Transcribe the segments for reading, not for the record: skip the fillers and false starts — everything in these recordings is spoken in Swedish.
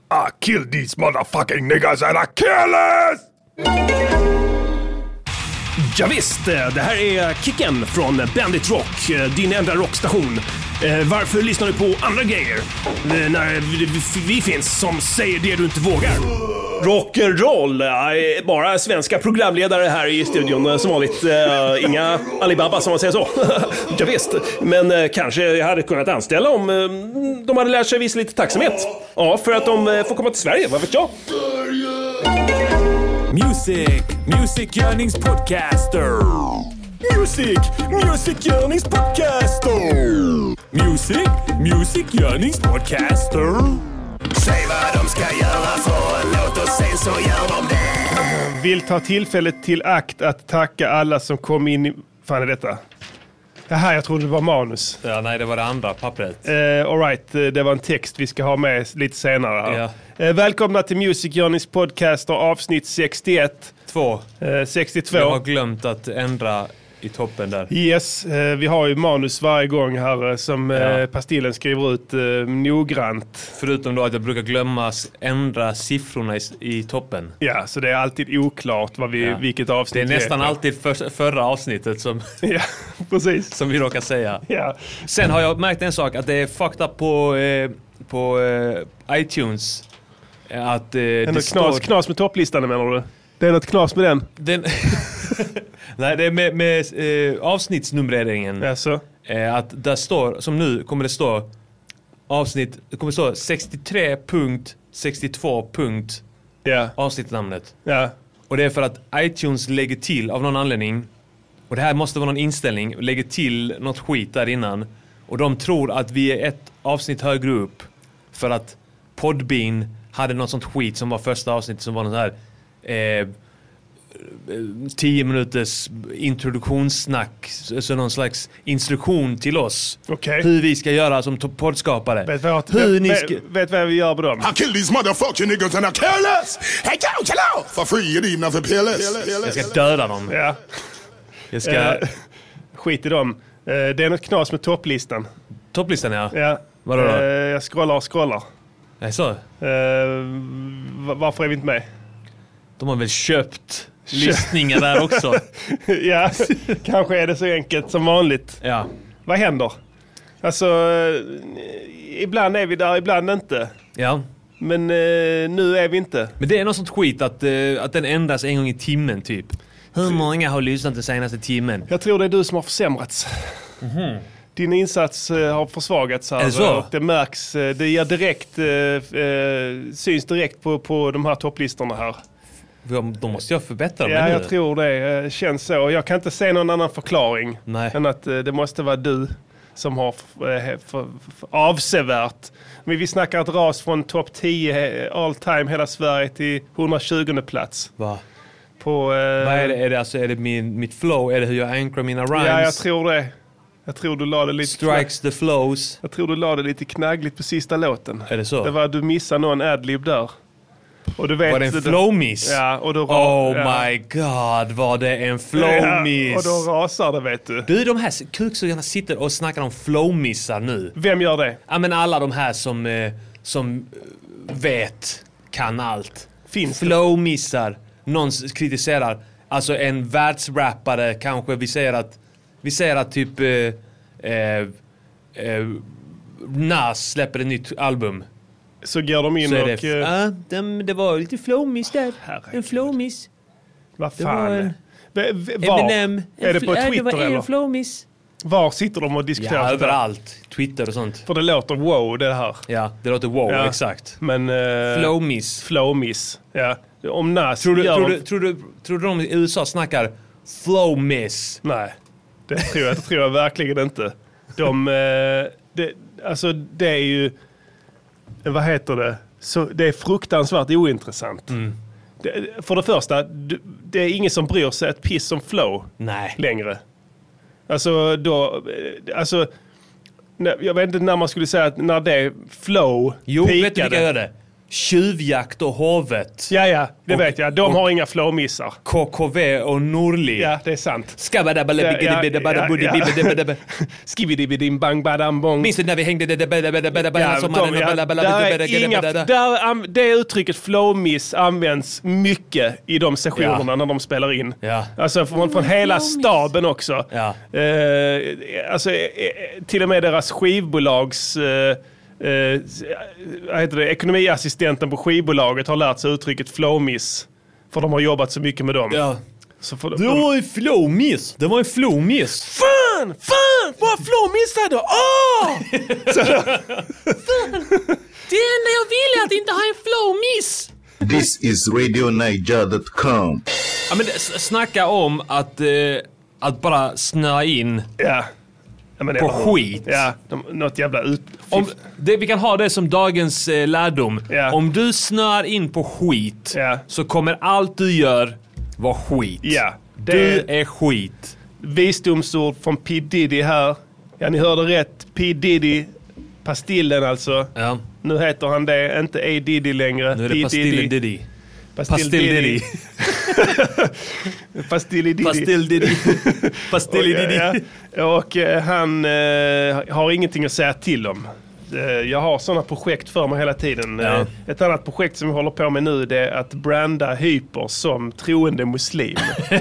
I kill these motherfucking niggas and I kill us! Ja visst, det här är Kicken från Bandit Rock, din enda rockstation. Varför lyssnar du på andra grejer? När vi finns som säger det du inte vågar. Rock'n'roll, bara svenska programledare här i studion som vanligt. Inga Alibaba som man säger så. Ja visst, men kanske jag hade kunnat anställa om de hade lärt sig visa lite tacksamhet. Ja, för att de får komma till Sverige, vad vet jag? Musikgörningspodcaster. Musikgörningspodcaster. Säg vad de ska göra för en låt och sen så gör de det. Vill ta tillfället till akt att tacka alla som kom in i... Fan är detta? Det här, jag trodde det var manus. Ja, nej, det var det andra pappret. All right, det var en text vi ska ha med lite senare här. Ja. Välkomna till Musikgörningspodcaster avsnitt 61. 62. Jag har glömt att ändra i toppen där. Yes, vi har ju manus varje gång här som Pastillen skriver ut noggrant. Förutom då att jag brukar glömma ändra siffrorna i toppen. Ja, så det är alltid oklart vilket avsnitt det är. Nästan alltid förra avsnittet som, ja, precis. som vi råkar säga. Ja. Sen har jag märkt en sak, att det är fucked up på iTunes. Att det står... knas med topplistan, menar du? Det är något knas med den. Nej, det är med avsnittsnumreringen. Alltså. Att där står, som nu kommer det stå avsnitt, det kommer stå 63.62. Avsnittnamnet. Ja. Och det är för att iTunes lägger till av någon anledning, och det här måste vara någon inställning, lägger till något skit där innan. Och de tror att vi är ett avsnitt högre upp för att Podbean hade något sånt skit som var första avsnittet som var något här 10 minuters introduktionssnack, så någon slags instruktion till oss. Okay. Hur vi ska göra som poddskapare. Vet vad vi gör på dem? I kill these motherfucking niggas and I kill us. Hey, kill out! For free, det är för PLS. Jag ska döda dem. Ja. Jag ska... skit i dem. Det är något knas med topplistan. Topplistan, ja. Ja. Vadå då? Jag scrollar. Nej, så? Varför är vi inte med? De har väl köpt lyssningar där också. Ja, kanske är det så enkelt som vanligt. Ja. Vad händer? Alltså, ibland är vi där, ibland inte. Ja. Men nu är vi inte. Men det är något sånt skit att den ändras en gång i timmen typ. Hur många har lyssnat den senaste timmen? Jag tror det är du som har försämrats. Mm-hmm. Din insats har försvagats här. Är det så? Och det märks, det ger direkt, syns direkt på de här topplistorna här. Då måste jag förbättra dem. Ja, jag tror det känns så. Jag kan inte se någon annan förklaring än att det måste vara du som har avsevärt. Men vi snackar ett ras från topp 10 all time hela Sverige till 120 plats. Va? Vad är det? Är det mitt flow? Är det hur jag ankrar mina rhymes? Ja, jag tror det. Jag tror du la det lite... Strikes the flows. Jag tror du la det lite knaggligt på sista låten. Är det så? Det var du missade någon adlib där. Och du vet, var det en flow-miss? Ja, och då... my god, var det en flow-miss? Ja, och då rasar det, vet du. Du, de här kuksugarna sitter och snackar om flow-missar nu. Vem gör det? Ja, men alla de här som kan allt. Finns flow-missar. Någon kritiserar. Alltså en världsrappare kanske. Vi säger att typ Nas släpper ett nytt album. Så går de in så och... det var lite flow-miss där. En flow-miss. Vad fan? Eminem. Är det på Twitter det var en eller? flow-miss. Var sitter de och diskuterar? Ja, överallt. Twitter och sånt. För det låter wow det här. Ja, det låter wow, exakt. Men... Flow-miss. Ja. Om Nas... Tror du de i USA snackar flow-miss? Nej. Det tror jag verkligen inte. Det är ju... Vad heter det? Så det är fruktansvärt ointressant. Mm. För det första, det är ingen som bryr sig ett piss om flow. Nej. Längre. Jag vet inte när man skulle säga att när det flow Jo, peakade. vet du vilka gör det? Tjuvjakt och Hovet. Ja, det vet jag. De har inga flowmissar. KKV och Norli. Ja, det är sant. Skibidi bang badam bong. Minns du när vi hängde det uttrycket flowmiss används mycket i de sessionerna när de spelar in. Ja. Alltså från hela staben också. Ja. Alltså till och med deras skivbolags ekonomiassistenten på skivbolaget har lärt sig uttrycket flowmiss. För de har jobbat så mycket med dem. Ja. Så Det var en flowmiss. Det var en flowmiss. Fan! Vad flowmissar då? Det enda jag vill är att inte ha en flowmiss. This is RadioNiger.com. Ja, men snacka om att bara snöa in men på skit. Ja, något jävla vi kan ha det som dagens lärdom. Ja. Om du snör in på skit så kommer allt du gör vara skit. Ja, du är skit. Visdomsord från P. Diddy här. Ja, ni hörde rätt. P. Diddy. Pastillen alltså. Ja. Nu heter han det. Inte A. Diddy längre. Nu är det Pastillen Diddy. Pastill Diddy. Pastilli Diddy. Pastill Diddy. Pastilli Diddy. Och han har ingenting att säga till om. Jag har sådana projekt för mig hela tiden. Ja. Ett annat projekt som vi håller på med nu, det är att branda Hyper som troende muslim.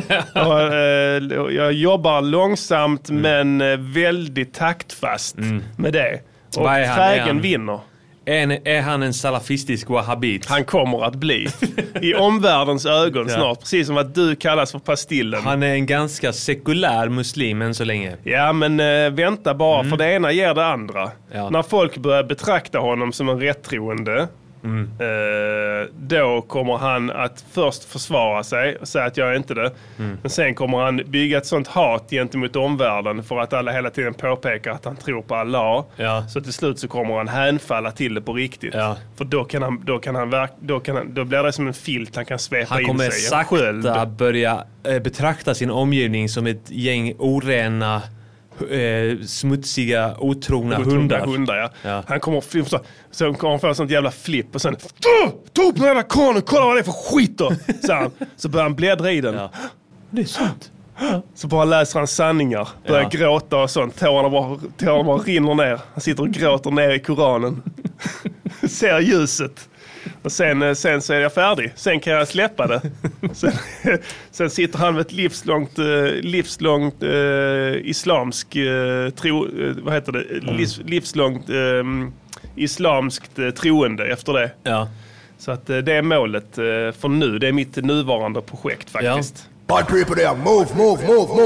Jag jobbar långsamt men väldigt taktfast med det. Och trägen vinner. Är han en salafistisk wahhabit? Han kommer att bli. I omvärldens ögon snart. Precis som att du kallas för Pastillen. Han är en ganska sekulär muslim än så länge. Ja, men vänta bara. För det ena ger det andra. Ja. När folk börjar betrakta honom som en rättroende, då kommer han att först försvara sig och säga att jag är inte det. Men sen kommer han bygga ett sånt hat gentemot omvärlden för att alla hela tiden påpekar att han tror på Allah. Ja. Så till slut så kommer han hänfalla till det på riktigt. Ja. För då blir det som en filt han kan svepa in sig. Han kommer sakta börja betrakta sin omgivning som ett gäng orena, smutsiga, otrogna hundar. Ja. Han kommer få sånt jävla flipp och sen ta upp den jävla kranen, kolla vad det är för skit då. Så börjar han bläddra i den. Ja. Det är sant. Ja. Så bara läser han sanningar, börjar gråta och sånt. Tårarna bara rinner ner. Han sitter och gråter ner i Koranen. Ser ljuset. Och sen så är jag färdig. Sen kan jag släppa det. Sen sitter han med ett livslångt islamsk livslångt islamskt troende efter det. Ja. Så att det är målet för nu. Det är mitt nuvarande projekt faktiskt. Bad people there, move.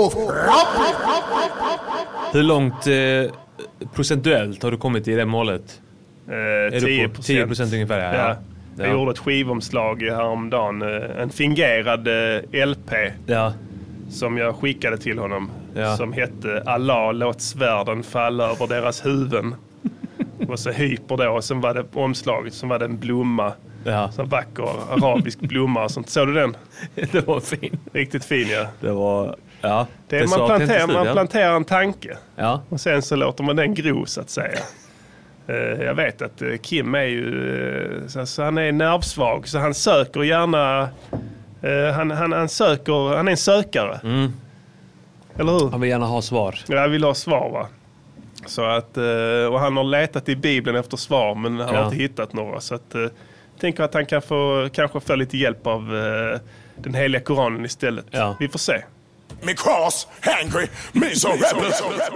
Hur långt procentuellt har du kommit i det målet? 10% ungefär, ja. Jag gjorde ett skivomslag häromdagen. En fingerad LP som jag skickade till honom. Som hette Allah, låt svärden falla över deras huvuden. Och så Hyper då. Och sen var det omslaget som var det en blomma. Så vacker arabisk blomma och sånt. Såg du den? Det var fin. Riktigt fin, ja. Det var... Ja, man planterar en tanke. Ja. Och sen så låter man den gro, så att säga. Jag vet att Kim är ju... Så han är nervsvag. Så han söker gärna... Han är en sökare. Eller hur? Han vill gärna ha svar. Ja, jag vill ha svar, va? Så att, och han har letat i Bibeln efter svar, men han har inte hittat några. Så att, tänker att han kan kanske få lite hjälp av den heliga Koranen istället. Ja. Vi får se. Me cross, hungry, me so rebel.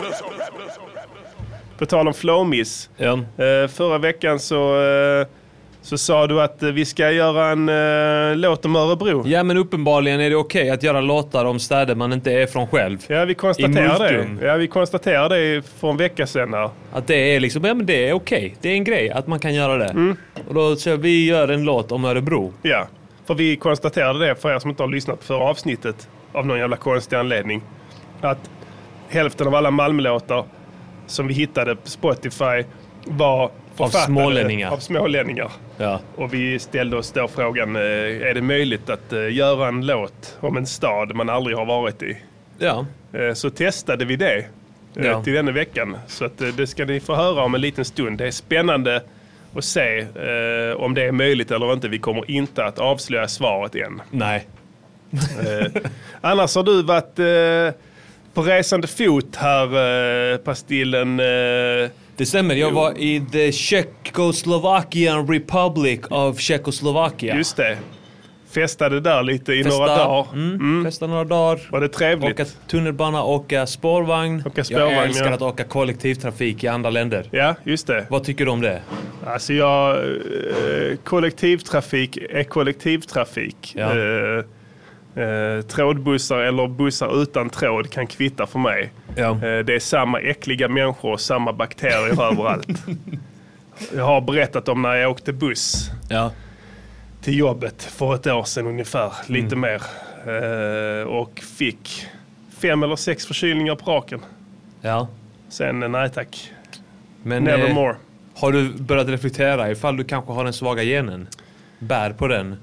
På tal om flowmiss. Ja. Förra veckan så sa du att vi ska göra en låt om Örebro. Ja, men uppenbarligen är det okej att göra låtar om städer man inte är från själv. Ja, vi konstaterar det. Ja, vi konstaterar det för en vecka sedan här. Att det är liksom, ja men det är okej. Det är en grej att man kan göra det. Och då så vi gör en låt om Örebro. Ja, för vi konstaterade det, för er som inte har lyssnat på förra avsnittet av någon jävla konstig anledning, att hälften av alla Malmölåtar som vi hittade på Spotify var författade av smålänningar. Ja. Och vi ställde oss då frågan, är det möjligt att göra en låt om en stad man aldrig har varit i? Ja. Så testade vi det till denna veckan. Så att det ska ni få höra om en liten stund. Det är spännande och se om det är möjligt eller inte. Vi kommer inte att avslöja svaret än. Nej. Annars har du varit på resande fot här, Pastillen. Det stämmer, jag var i the Czechoslovakian Republic of Czechoslovakia. Just det. Festade där lite i några dagar. Festade några dagar. Var det trevligt? Åka tunnelbana, åka spårvagn. Jag älskar att åka kollektivtrafik i andra länder. Ja, just det. Vad tycker du om det? Alltså kollektivtrafik är kollektivtrafik. Ja. Trådbussar eller bussar utan tråd kan kvitta för mig. Ja. Det är samma äckliga människor och samma bakterier överallt. Jag har berättat om när jag åkte buss till jobbet för ett år sedan ungefär, lite mer. Och fick 5 eller 6 förkylningar på raken. Ja. Sen nej tack. Men Nevermore. har du börjat reflektera ifall du kanske har den svaga genen? Bär på den?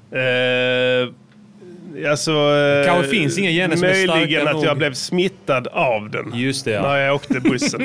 Alltså, kanske finns inga gener som är starka möjligen att nog. jag blev smittad av den. Just det, ja. När jag åkte bussen.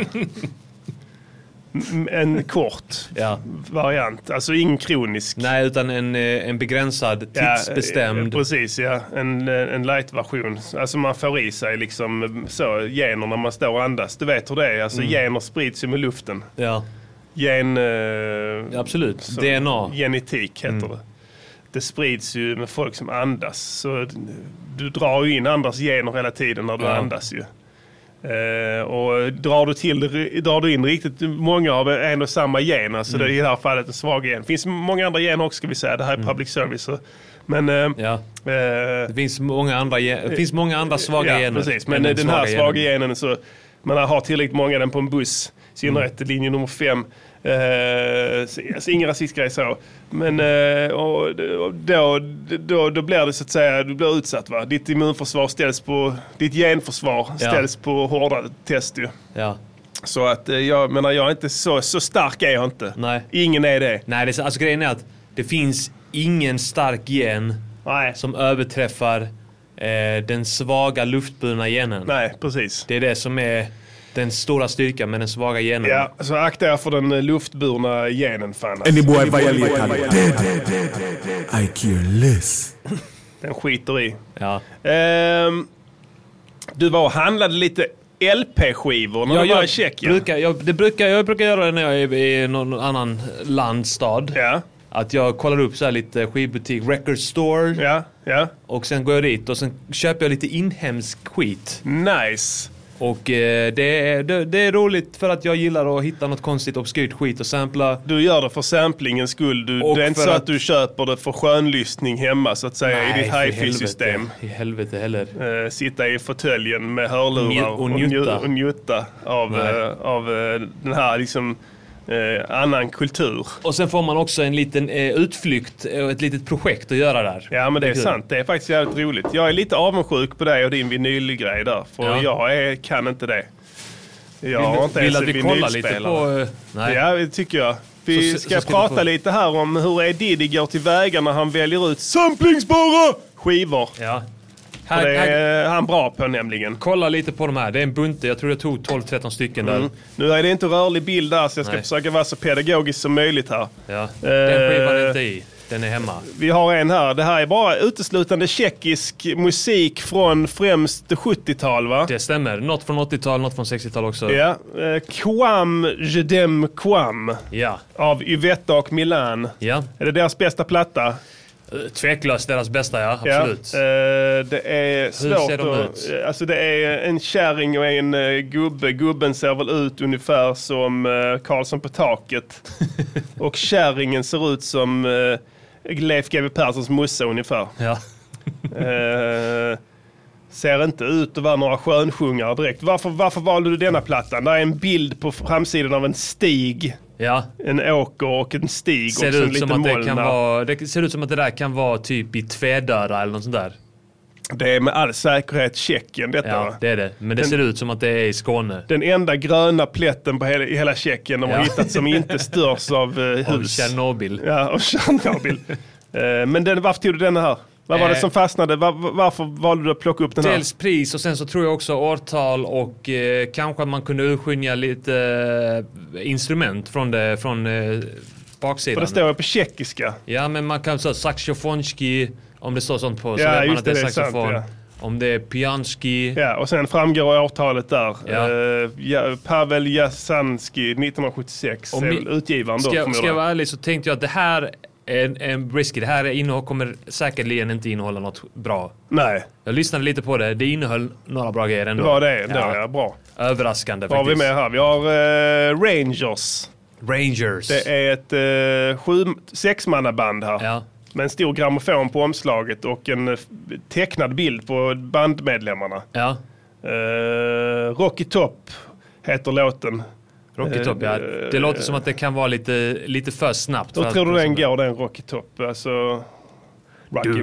En kort variant. Alltså ingen kronisk. Nej, utan en begränsad, tidsbestämd. Precis, ja. En light-version. Alltså man får i sig liksom så gener när man står och andas. Du vet hur det är. Alltså gener sprids ju med luften. Ja. Absolut. Så, DNA. Genetik heter det. Det sprids ju med folk som andas. Så du drar ju in andras gener hela tiden när du andas ju. Och drar du in riktigt många av en och samma gen, alltså det är i det här fallet en svag gen. Det finns många andra gener också, ska vi säga. Det här är public service. Men det finns många andra svaga gener. Precis. Men den här svaga genen, så man har tillräckligt många av den på en buss, i synnerhet linje nummer 5. Alltså ingen rasistgrej så. Men då blir det så att säga, du blir utsatt, va? Ditt immunförsvar ställs på, ditt genförsvar ställs på hårda test ju. Ja. Så att jag menar, jag är inte så stark är jag inte. Nej. Ingen är det. Nej, det är, alltså grejen är att det finns ingen stark gen som överträffar den svaga luftburna genen. Nej, precis. Det är det som är den stora styrkan med den svaga genen. Ja, så akta jag för den luftburna genen, fan. Any boy violate dead. I care less. Den skiter i. Ja. Du var och handlade lite LP-skivor när du var i Tjeckien. Jag brukar göra det när jag är i någon annan landstad. Ja. Att jag kollar upp så här lite skivbutik, record store. Ja. Och sen går jag dit och sen köper jag lite inhemsk skit. Nice. Och det är roligt för att jag gillar att hitta något konstigt obskyrt skit och sampla. Du gör det för samplingens skull. Det är inte så att du köper det för skönlyssning hemma, så att säga. Nej, i ditt hi-fi-system. I helvete heller. Sitta i fåtöljen med hörlurar och njuta av den här liksom annan kultur. Och sen får man också en liten utflykt och ett litet projekt att göra där. Ja, men det är sant. Det är faktiskt jävligt roligt. Jag är lite avundsjuk på dig och din vinylgrej där. För jag kan inte det. Jag har inte ens att vi kollar lite på... Nej. Ja, det tycker jag. Vi ska prata lite här om hur Diddy går till väga när han väljer ut samplingsbara skivor. Ja. Det är han bra på nämligen. Kolla lite på de här. Det är en bunte. Jag tror jag tog 12-13 stycken där. Nu är det inte rörlig bild där, så jag ska försöka vara så pedagogisk som möjligt här. Ja. Den skivan är inte i. Den är hemma. Vi har en här. Det här är bara uteslutande tjeckisk musik från främst 70-tal, va? Det stämmer. Något från 80-tal, något från 60-tal också. Ja. Quam Jedem Quam. Ja. Av Yvette och Milan. Ja. Är det deras bästa platta? Tveklöst deras bästa, ja. Absolut. Ja, det är svårt. Hur ser de ut? Alltså det är en kärring och en gubbe. Gubben ser väl ut ungefär som Karlsson på taket. Och kärringen ser ut som Leif GW Perssons mussa ungefär. Ja. Ser inte ut att vara några skönsjungare direkt. Varför valde du denna plattan? Det är en bild på framsidan av en stig. Ja. En åker och en stig. Ser det ut som att det kan vara, det ser ut som att det där kan vara typ i Tvedöra eller något sånt där. Det är med all säkerhet Tjeckien detta. Ja, det är det. Men det ser ut som att det är i Skåne. Den enda gröna plätten på i hela Tjeckien de har hittat som inte störs av hus. Av Tjernobyl. Ja, av Tjernobyl. Men varför tog du den här? Vad var det som fastnade? Varför valde du att plocka upp den här? Dels pris och sen så tror jag också årtal och kanske man kunde urskilja lite instrument från baksidan. För det står på tjeckiska. Ja, men man kan säga saxofonski om det står sånt på. Så Ja, vet man just att det är det är saxofon. sant, Om det är pianski. Ja, och sen framgår årtalet där. Ja. Pavel Jasanski 1976 är väl utgivaren då. Ska jag vara ärlig så tänkte jag att det här är en brisket. Det här kommer säkerligen inte innehålla något bra. Nej. Jag lyssnade lite på det. Det innehöll några bra grejer ändå. Det var det. Ja, bra. Överraskande Vad har vi faktiskt. med här? Vi har Rangers. Rangers. Det är ett 6-mannaband här. Ja. Med en stor grammofon på omslaget och en tecknad bild på bandmedlemmarna. Ja. Rocky Top heter låten. Rocky Top, ja. Det låter som att det kan vara lite för snabbt. Hur för tror du att- den går, den Rocky Top? Alltså... Rocky.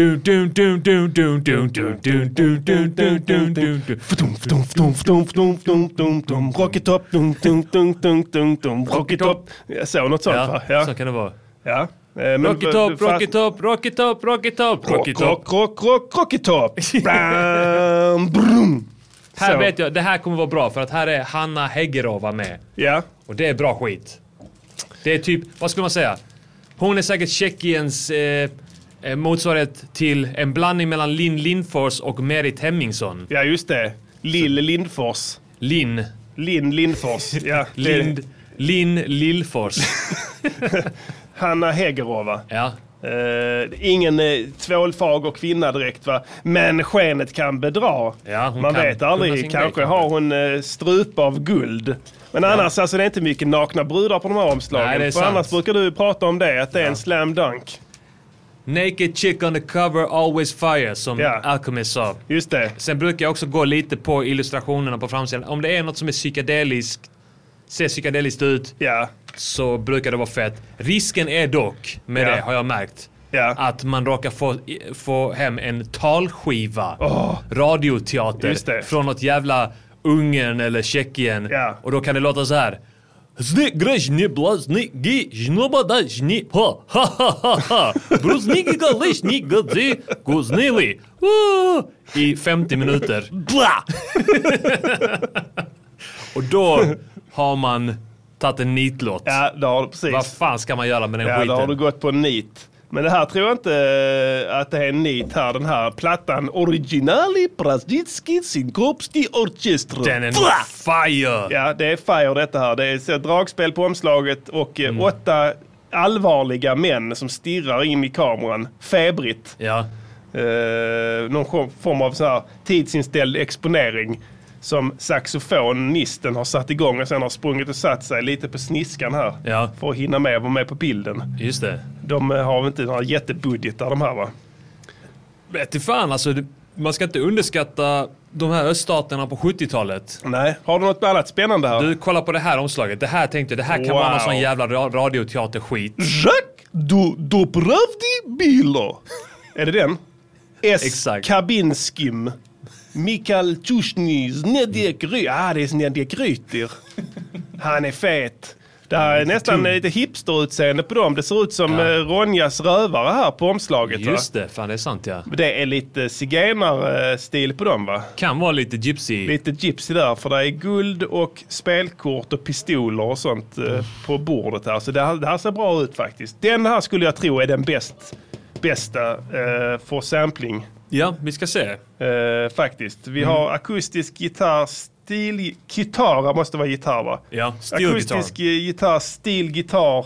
Rocky Top. Rocky Top. Jag såg något sånt, va? Ja, så kan det vara. Ja. Rocky Top, Rocky Top, Rocky Top, Rocky Top, Rocky Top. Rocky Top. Brum. Här Så. vet jag, det här kommer vara bra för att här är Hanna Häggerova med. Ja. Och det är bra skit. Det är typ, vad ska man säga? Hon är säkert Tjeckiens motsvarighet till en blandning mellan Linn Lindfors och Merit Hemmingsson. Ja, just det. Lill Lindfors. Linn Lindfors. Ja. Linn Lillfors. Hanna Häggerova. Ja. Ingen tvålfager kvinna direkt, va? Men skenet kan bedra. Ja, hon Man kan vet kunna aldrig. sin Kanske grej, har hon strup av guld. Men annars alltså, det är inte mycket nakna brudar på de här omslagen. Nej, det är För sant. annars brukar du prata om det, att det är en slam dunk. Naked chick on the cover, always fire, som Ja. Alchemist sa. Just det. Sen brukar jag också gå lite på illustrationerna på framsidan. Om det är något som är psykedeliskt, ser psykedeliskt ut, Ja. så brukar det vara fett. Risken är dock, med Ja. det har jag märkt, Ja. att man råkar få hem en talskiva, Just radioteater, det. från något jävla Ungern eller Tjeckien. Ja. Och då kan det låta så här. I 50 minuter. Och då har man tagit en nitlåt. Ja, det har du precis. Vad fan ska man göra med den Ja, skiten? då har du gått på nit. Men det här tror jag inte att det är en nit här. Den här plattan. Originali Brasditski Synkopski Orchestra. Den är fire! Ja, det är fire detta här. Det är så dragspel på omslaget och 8 allvarliga män som stirrar in i kameran. Febrigt. Ja. Någon form av så här tidsinställd exponering som saxofonisten har satt igång och sen har sprungit och satt sig lite på sniskan här. Ja. För att hinna med och vara med på bilden. Just det. De har inte några jättebudgetar de här, va? Vet du fan, alltså man ska inte underskatta de här öststaterna på 70-talet. Nej. Har du något annat spännande här? Du, kolla på det här omslaget. Det här tänkte jag, det här kan vara någon sån jävla radioteaterskit. Jacques Dobravdi Bilo. Är det den? S. Exakt. Kabinskim. Mikael Tjushny. Snedek Rytter. Det är Snedek Rytter. Han är fet. Det här är nästan lite hipsterutseende på dem. Det ser ut som Ronjas rövare här på omslaget. Just det, fan det är sant ja. Det är lite zigenarstil på dem, va? Kan vara lite gypsy. Lite gypsy där, för det är guld och spelkort och pistoler och sånt på bordet här. Så det här ser bra ut faktiskt. Den här skulle jag tro är den bästa för sampling. Ja, vi ska se. Faktiskt. Vi har akustisk gitarr, kitara måste vara gitarr, va? Ja, steel akustisk gitarr, stilgitarr,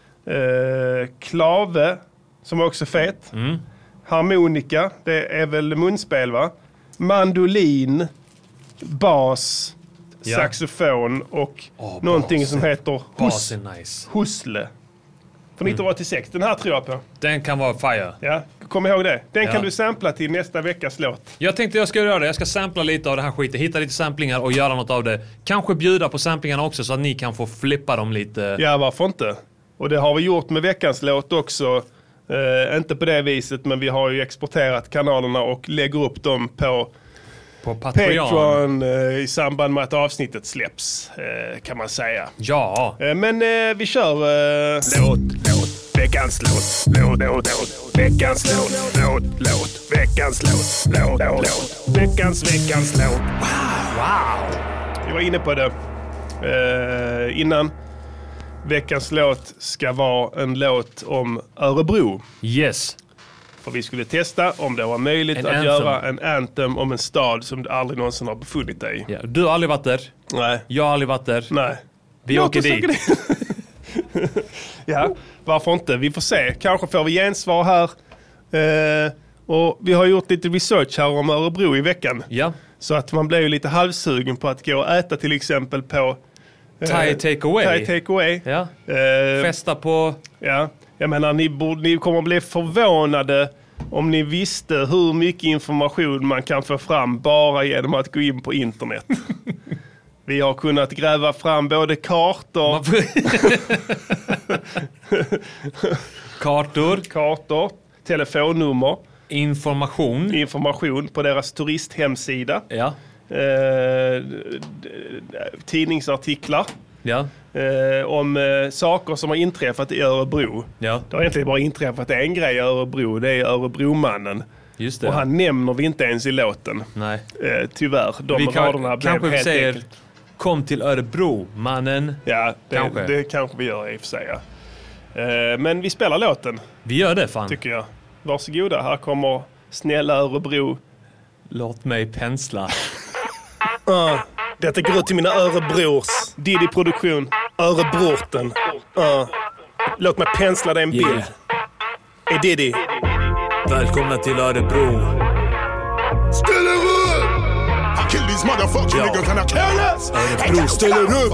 klave som är också fet. Harmonika, det är väl munspel, va? Mandolin, bas, saxofon och någonting som heter Bas är nice. Husle. Från 1986. Den här tror jag på. Den kan vara fire. Ja, kom ihåg det. Den Ja. kan du sampla till nästa veckas låt. Jag tänkte jag ska göra det. Jag ska sampla lite av det här skiten. Hitta lite samplingar och göra något av det. Kanske bjuda på samplingarna också så att ni kan få flippa dem lite. Ja, varför inte? Och det har vi gjort med veckans låt också. Inte på det viset, men vi har ju exporterat kanalerna och lägger upp dem på Patreon i samband med att avsnittet släpps, kan man säga. Ja. Men vi kör... Låt, veckans låt, veckans låt, veckans låt, veckans låt. Vi var inne på det innan. Veckans låt ska vara en låt om Örebro. Yes. För vi skulle testa om det var möjligt att göra en anthem om en stad som du aldrig någonsin har befunnit dig i. Ja, du har aldrig varit där. Nej. Jag har aldrig varit där. Nej. Vi åker dit. Ja, varför inte? Vi får se. Kanske får vi gensvar här. Och vi har gjort lite research här om Örebro i veckan. Ja. Så att man blir ju lite halvsugen på att gå och äta till exempel på Thai takeaway. Thai takeaway. Ja. Festa på... Ja. Jag menar, ni kommer bli förvånade om ni visste hur mycket information man kan få fram bara genom att gå in på internet. Vi har kunnat gräva fram både kartor... kartor, telefonnummer, information på deras turisthemsida. Ja. Tidningsartiklar. Ja. Om saker som har inträffat i Örebro. Ja. Det har egentligen bara inträffat en grej i Örebro. Det är Örebromannen. Just det. Och han nämner vi inte ens i låten. Nej. Tyvärr. De raderna blev kanske helt säger enkelt. Kom till Örebro, mannen. Ja, det kanske vi gör i och för sig. Men vi spelar låten. Vi gör det fan. Tycker jag. Varsågoda, här kommer Snälla Örebro. Låt mig pensla. Detta går till mina Örebrors. Diddy produktion. Örebrorten. Låt mig pensla dig en bild. Hey Diddy. Välkomna till Örebro. Ställer upp! I kill these motherfucking niggas and I careless. Örebro, ställer upp.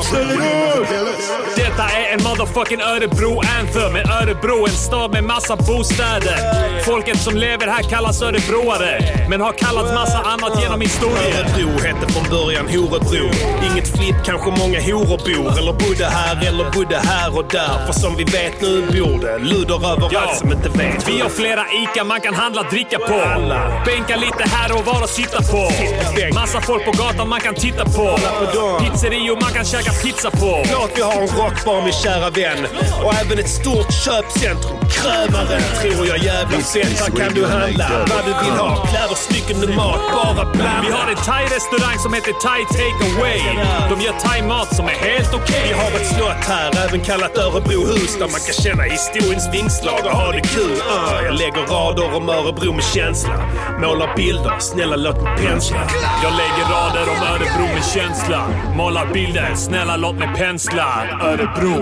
Detta är en motherfucking Örebro-anthem. En Örebro, en stad med massa bostäder. Folket som lever här kallas örebroare, men har kallats massa annat genom historien. Örebro hette från början Horebro. Inget flipp, kanske många horor bor. Eller bodde här och där. För som vi vet nu bor det luder överallt som inte vet. Vi har flera Ica man kan handla dricka på. Bänka lite här och var och sitta på. Massa folk på gatan man kan titta på. Pizzerior man kan käka pizza på. Klart vi har en rockbar min kära vän. Och även ett stort köpcentrum. Krömaren tror jag jävla sett. Här kan du handla vad du vill ha. Kläder, smycken och mat, bara bland. Vi har en thai-restaurang som heter Thai Takeaway. De gör thai-mat som är helt okej. Vi har ett slott här, även kallat Örebrohus. Där man kan känna historiens vingslag och ha det kul. Jag lägger rader om Örebro med känsla. Målar bilder, snälla låt mig pensla. Jag lägger rader om Örebro med känsla. Målar bilder, snälla låt mig pensla. Örebro.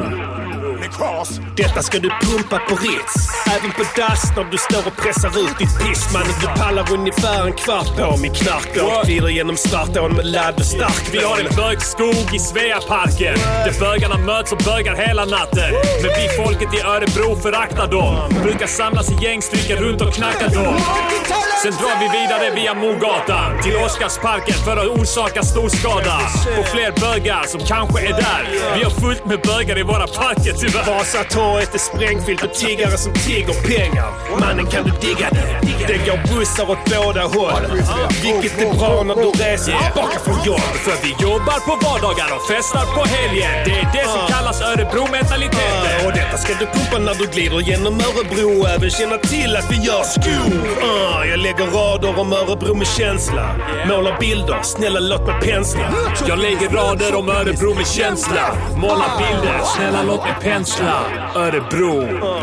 Detta ska du pumpa på Ritz. Även på dass när du står och pressar ut ditt piss. Man, du pallar ungefär en kvart på min knarkbåt. Glider genom Svartån med ladd och stark. Vi har en bögskog i Sveaparken, där bögarna möts och bögar hela natten. Men vi folket i Örebro föraktar dem. Brukar samlas i gäng, stryka runt och knacka dem. Sen drar vi vidare via Mogatan till Oscarsparken för att orsaka storskada på fler bögar som kanske är där. Vi har fullt med bögar i våra parker tyvärr. Vasatorget är sprängfyllt med tiggare som tigger pengar. Mannen, kan du digga det? Det går bussar åt båda håll. Vilket är bra när du reser tillbaka från jobb. För vi jobbar på vardagar och festar på helgen. Det är det som kallas Örebro-mentaliteten. Och detta ska du pumpa när du glider genom Örebro. Även känna till att vi gör skor. Jag lägger rader om Örebro med känsla. Målar bilder, snälla låt mig pensla. Jag lägger rader om Örebro med känsla. Målar bilder, snälla låt mig pensla. Örebro.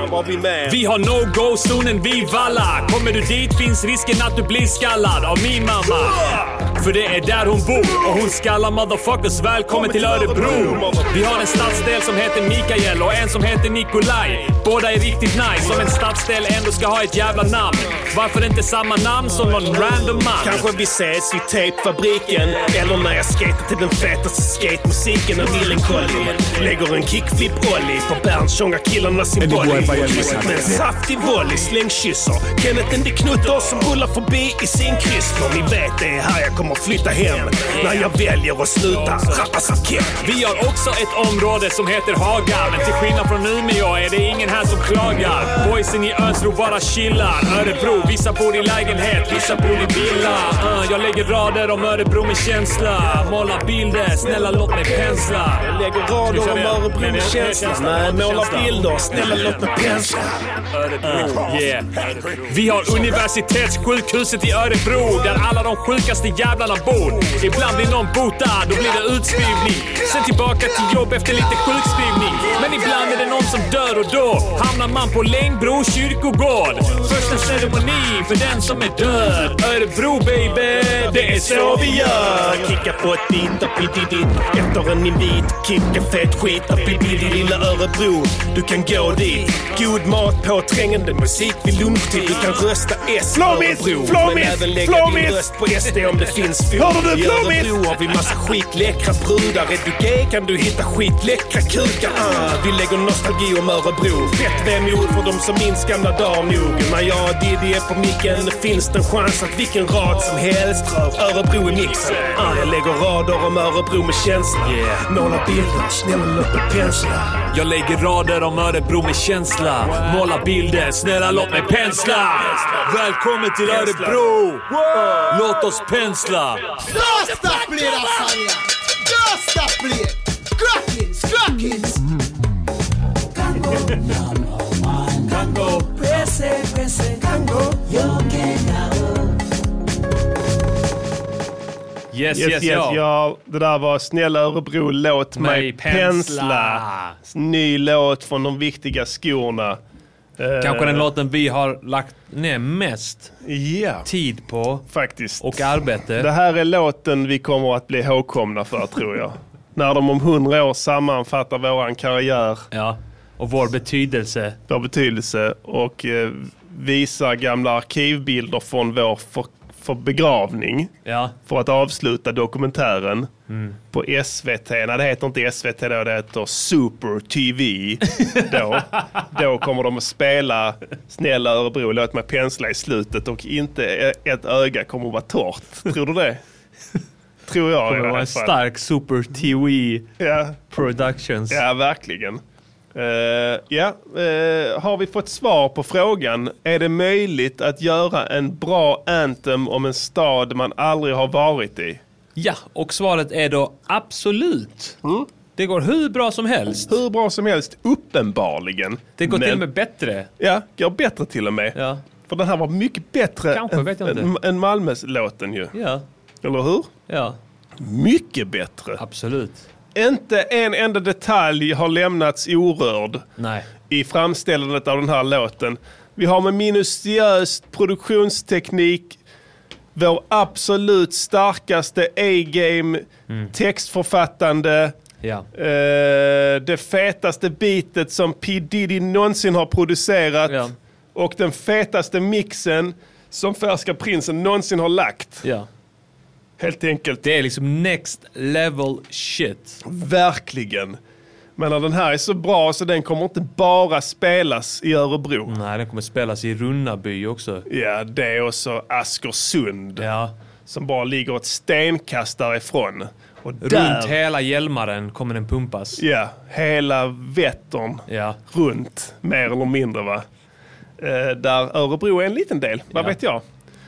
Vi har no-go-zonen vid Valla. Kommer du dit finns risken att du blir skallad av min mamma. För det är där hon bor och hon skallar motherfuckers. Välkommen till Örebro. Vi har en stadsdel som heter Mikael och en som heter Nikolaj. Båda är riktigt nice. Om en stadsdel ändå ska ha ett jävla namn. Varför inte samma namn som någon random man? Kanske vi ses vid tapefabriken. Eller när jag skater till den fetaste skatemusiken av Millencolin. Lägger en kickflip-ollie på Berns tjonga killarna sin volley. Med en saftig volley, släng kysser. Kenneth en de knutter som rullar förbi i sin Chrysler. Ni vet det är här jag kommer flytta hem. När jag väljer att sluta rappa Saket. Vi har också ett område som heter Haga. Men till skillnad från Umeå är det ingen här som klagar. Boysen i Önsro bara chillar. Örebro, vissa bor i lägenhet, vissa bor i villa. Jag lägger rader om Örebro med känsla. Målar bilder, snälla låt mig pensla. Jag lägger rader om Örebro med känsla. Nej, målar bilder, snälla låt mig pensla. Vi har universitetssjukhuset i Örebro, där alla de sjukaste jävla jävlarna bor. Ibland blir någon botad, då blir det utskrivning. Sen tillbaka till jobb efter lite sjukskrivning. Men ibland är det någon som dör och då hamnar man på Längbro kyrkogård. Första ceremoni för den som är död. Örebro baby, det är så vi gör. Kicka på ett beat och pididit. Efter en invit, kicka fett skit och pididit. Lilla Örebro, du kan gå dit. God mat på trängande musik vid lunchtid. Du kan rösta S Örebro. Men även lägga din röst på SD om det finns fog. I Örebro har vi massa skitläckra brudar. Är du gay kan du hitta skitläckra kukar. Vi lägger nostalgi om Örebro. Fett vemod för de som minns gamla dagar nog. När jag och Diddy är på micken finns det en chans att vilken rad som helst rör Örebro i mixen. Jag lägger rader om Örebro med känsla. Måla bilder, snälla låt mig pensla. Jag lägger rader om Örebro med känsla. Måla bilder, snälla låt mig pensla. Välkommen till Örebro. Låt oss pensla. Don't stop playing that song, yeah. Don't stop playing. Crackins. Congo, presse, Congo, Yes, ja. Det där var Snälla Örebro, låt mig pensla. Ny låt från de viktiga skorna. Kanske den låten vi har lagt ner mest tid på faktiskt. Och arbete. Det här är låten vi kommer att bli ihågkomna för, tror jag. När de om 100 år sammanfattar våran karriär. Ja, och vår betydelse. Vår betydelse och visar gamla arkivbilder från vår för begravning. Ja. För att avsluta dokumentären på SVT. Nej, det heter inte SVT då, det heter Super TV. Då kommer de att spela Snälla Örebro, låt mig pensla i slutet och inte ett öga kommer att vara torrt. Tror du det? Tror jag. Det var en stark Super TV Productions. Ja, verkligen. Har vi fått svar på frågan? Är det möjligt att göra en bra anthem om en stad man aldrig har varit i? Ja, och svaret är då absolut. Det går hur bra som helst. Hur bra som helst, uppenbarligen. Det går till och med bättre. Ja, går bättre till och med. Ja. För den här var mycket bättre än Malmös-låten ju. Ja. Eller hur? Ja. Mycket bättre. Absolut. Inte en enda detalj har lämnats orörd. Nej. I framställandet av den här låten. Vi har med minutiös produktionsteknik vår absolut starkaste A-game textförfattande. Ja. Det fetaste beatet som P. Diddy någonsin har producerat. Ja. Och den fetaste mixen som Färska Prinsen någonsin har lagt. Ja. Helt enkelt. Det är liksom next level shit. Verkligen. Men den här är så bra så den kommer inte bara spelas i Örebro. Nej, den kommer spelas i Runnaby också. Ja, det är också Askersund. Ja. Som bara ligger ett stenkast därifrån. Och runt hela Hjälmaren kommer den pumpas. Ja, hela Vättern. Ja. Runt, mer eller mindre va. Där Örebro är en liten del, vad vet jag.